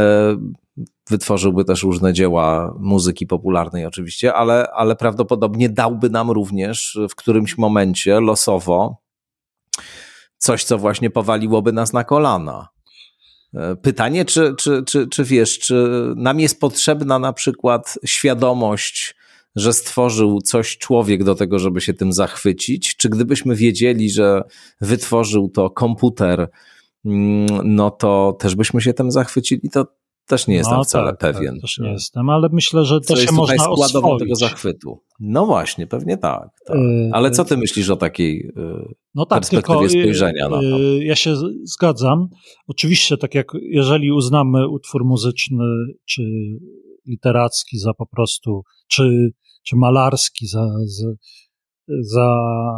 wytworzyłby też różne dzieła muzyki popularnej oczywiście, ale, ale prawdopodobnie dałby nam również w którymś momencie losowo coś, co właśnie powaliłoby nas na kolana. Pytanie, czy, czy, czy, czy wiesz, czy nam jest potrzebna na przykład świadomość, że stworzył coś człowiek do tego, żeby się tym zachwycić, czy gdybyśmy wiedzieli, że wytworzył to komputer, no to też byśmy się tym zachwycili, to też nie jestem no wcale tak, pewien. Tak, też nie jestem, ale myślę, że to się można oswoić. Tego zachwytu. No właśnie, pewnie tak. tak. Ale co ty myślisz o takiej no tak, perspektywie tylko, spojrzenia na to? Ja się zgadzam. Oczywiście, tak jak jeżeli uznamy utwór muzyczny czy literacki za po prostu, czy, czy malarski za, za, za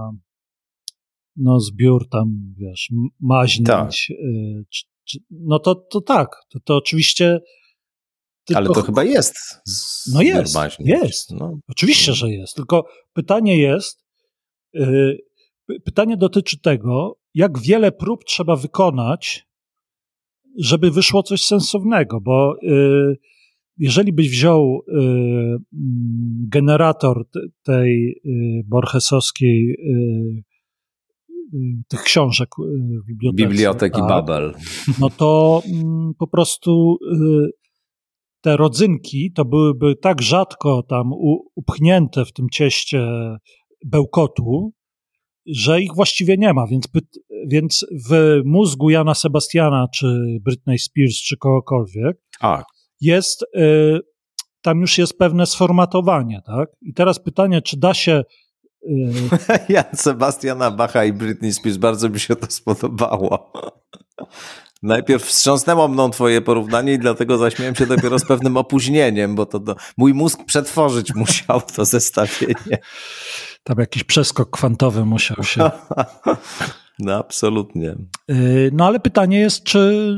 no zbiór tam, wiesz, maźnięć, tak. czy, no to, to tak, to, to oczywiście... Tylko, ale to chyba jest. No jest, jest. No. Oczywiście, że jest. Tylko pytanie jest, yy, pytanie dotyczy tego, jak wiele prób trzeba wykonać, żeby wyszło coś sensownego, bo yy, jeżeli byś wziął yy, generator t- tej yy, borgesowskiej yy, tych książek w bibliotece. Biblioteki tak, Babel. No to mm, po prostu y, te rodzynki to byłyby tak rzadko tam u, upchnięte w tym cieście bełkotu, że ich właściwie nie ma, więc, więc w mózgu Jana Sebastiana, czy Britney Spears, czy kogokolwiek tak. jest, y, tam już jest pewne sformatowanie, tak? I teraz pytanie, czy da się Jan Sebastiana Bacha i Britney Spears, bardzo mi się to spodobało. Najpierw wstrząsnęło mną twoje porównanie i dlatego zaśmiałem się dopiero z pewnym opóźnieniem, bo to do... mój mózg przetworzyć musiał to zestawienie. Tam jakiś przeskok kwantowy musiał się... No absolutnie. No ale pytanie jest, czy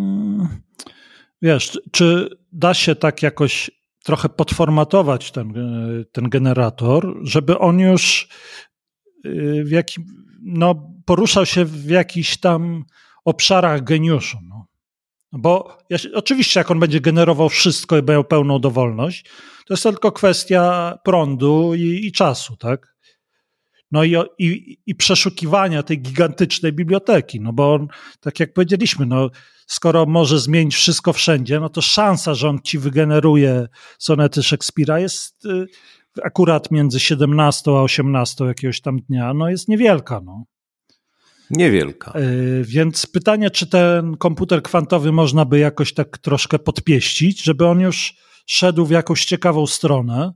wiesz, czy da się tak jakoś trochę podformatować ten, ten generator, żeby on już w jakim, no, poruszał się w jakichś tam obszarach geniuszu. No. Bo ja, oczywiście jak on będzie generował wszystko i miał pełną dowolność, to jest tylko kwestia prądu i, i czasu, tak? No i, i, i przeszukiwania tej gigantycznej biblioteki, no bo on, tak jak powiedzieliśmy, no skoro może zmienić wszystko wszędzie, no to szansa, że on ci wygeneruje sonety Szekspira jest y, akurat między siedemnastą a osiemnastą jakiegoś tam dnia, no jest niewielka, no. Niewielka. Y, więc pytanie, czy ten komputer kwantowy można by jakoś tak troszkę podpieścić, żeby on już szedł w jakąś ciekawą stronę.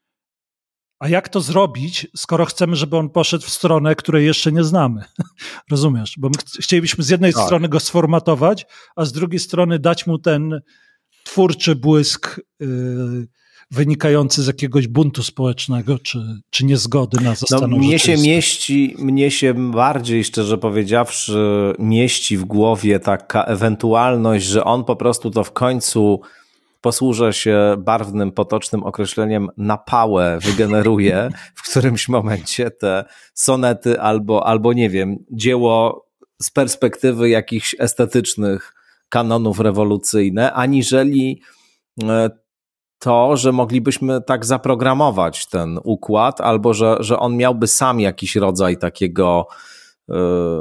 A jak to zrobić, skoro chcemy, żeby on poszedł w stronę, której jeszcze nie znamy? Rozumiesz? Bo my chcielibyśmy z jednej tak. strony go sformatować, a z drugiej strony dać mu ten twórczy błysk yy, wynikający z jakiegoś buntu społecznego, czy, czy niezgody na zastaną no, mnie się mieści, mnie się bardziej, szczerze powiedziawszy, mieści w głowie taka ewentualność, że on po prostu to w końcu... posłużę się barwnym, potocznym określeniem, na pałę wygeneruje w którymś momencie te sonety albo, albo nie wiem, dzieło z perspektywy jakichś estetycznych kanonów rewolucyjne, aniżeli to, że moglibyśmy tak zaprogramować ten układ, albo że, że on miałby sam jakiś rodzaj takiego yy,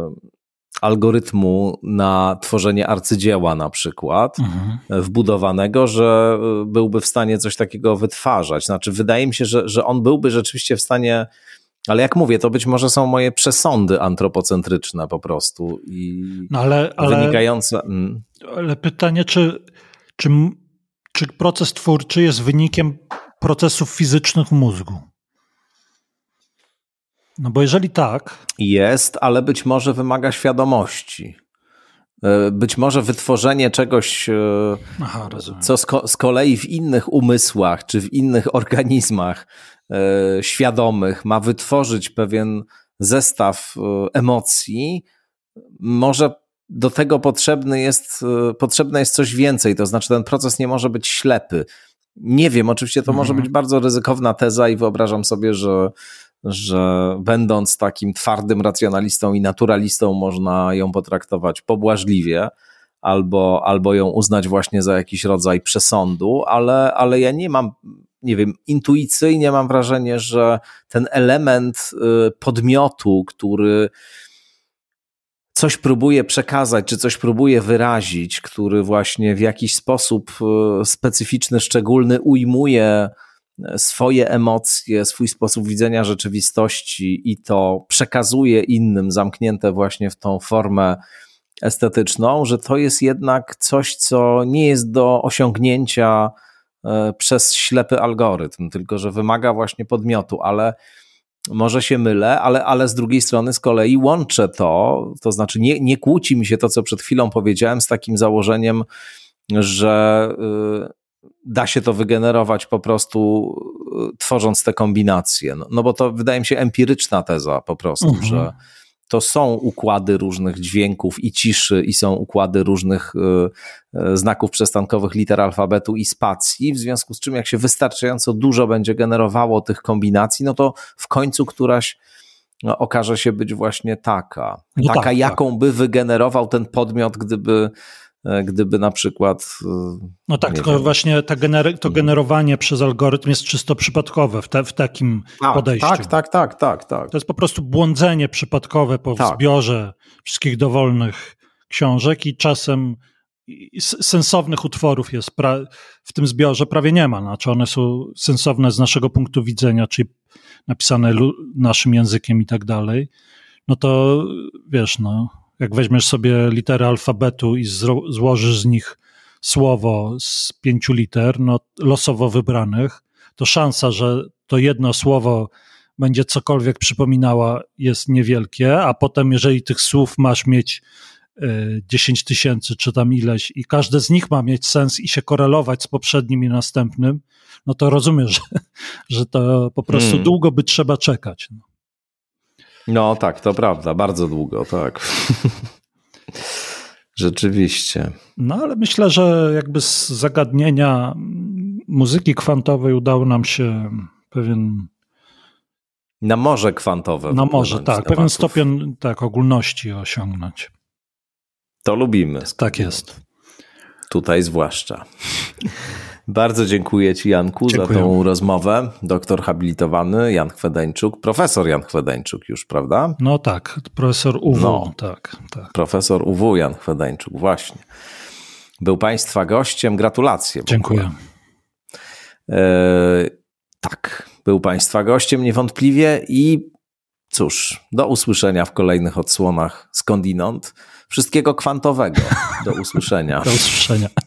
algorytmu na tworzenie arcydzieła na przykład, mhm. wbudowanego, że byłby w stanie coś takiego wytwarzać. Znaczy wydaje mi się, że, że on byłby rzeczywiście w stanie, ale jak mówię, to być może są moje przesądy antropocentryczne po prostu i no ale, ale, wynikające... Mm. Ale pytanie, czy, czy, czy proces twórczy jest wynikiem procesów fizycznych w mózgu? No bo jeżeli tak... Jest, ale być może wymaga świadomości. Być może wytworzenie czegoś, Aha, co z, ko- z kolei w innych umysłach czy w innych organizmach e, świadomych ma wytworzyć pewien zestaw emocji, może do tego potrzebny jest, potrzebne jest coś więcej, to znaczy ten proces nie może być ślepy. Nie wiem, oczywiście to mhm. może być bardzo ryzykowna teza i wyobrażam sobie, że że będąc takim twardym racjonalistą i naturalistą można ją potraktować pobłażliwie albo, albo ją uznać właśnie za jakiś rodzaj przesądu, ale, ale ja nie mam, nie wiem, intuicyjnie mam wrażenie, że ten element podmiotu, który coś próbuje przekazać, czy coś próbuje wyrazić, który właśnie w jakiś sposób specyficzny, szczególny ujmuje swoje emocje, swój sposób widzenia rzeczywistości i to przekazuje innym, zamknięte właśnie w tą formę estetyczną, że to jest jednak coś, co nie jest do osiągnięcia przez ślepy algorytm, tylko że wymaga właśnie podmiotu, ale może się mylę, ale, ale z drugiej strony z kolei łączę to, to znaczy nie, nie kłóci mi się to, co przed chwilą powiedziałem, z takim założeniem, że yy, da się to wygenerować po prostu tworząc te kombinacje. No, no bo to wydaje mi się empiryczna teza po prostu, mhm. że to są układy różnych dźwięków i ciszy i są układy różnych y, y, znaków przestankowych liter alfabetu i spacji, w związku z czym jak się wystarczająco dużo będzie generowało tych kombinacji, no to w końcu któraś no, okaże się być właśnie taka. No taka, tak, jaką tak. by wygenerował ten podmiot, gdyby gdyby na przykład... No tak, tylko wiem. właśnie ta gener- to generowanie przez algorytm jest czysto przypadkowe w, te, w takim tak, podejściu. Tak, tak, tak, tak, tak. To jest po prostu błądzenie przypadkowe po tak. zbiorze wszystkich dowolnych książek i czasem sensownych utworów jest pra- w tym zbiorze prawie nie ma. Znaczy one są sensowne z naszego punktu widzenia, czyli napisane lu- naszym językiem i tak dalej. No to wiesz, no jak weźmiesz sobie litery alfabetu i zro- złożysz z nich słowo z pięciu liter, no losowo wybranych, to szansa, że to jedno słowo będzie cokolwiek przypominała, jest niewielkie, a potem jeżeli tych słów masz mieć dziesięć tysięcy czy tam ileś i każde z nich ma mieć sens i się korelować z poprzednim i następnym, no to rozumiesz, że, że to po prostu hmm. długo by trzeba czekać. No. no tak, to prawda, bardzo długo, tak. Rzeczywiście. No ale myślę, że jakby z zagadnienia muzyki kwantowej udało nam się pewien... Na morze kwantowe. Na morze, tak. Tematów. Pewien stopień tak, ogólności osiągnąć. To lubimy. Tak jest. Tutaj zwłaszcza. Bardzo dziękuję Ci, Janku, dziękuję. za tą rozmowę. Doktor habilitowany Jan Chwedeńczuk, profesor Jan Chwedeńczuk już, prawda? No tak, profesor U W, no, tak, tak. Profesor U W Jan Chwedeńczuk, właśnie. Był Państwa gościem, gratulacje. Dziękuję. E, tak, był Państwa gościem niewątpliwie i cóż, do usłyszenia w kolejnych odsłonach skądinąd. Wszystkiego kwantowego. Do usłyszenia. Do usłyszenia.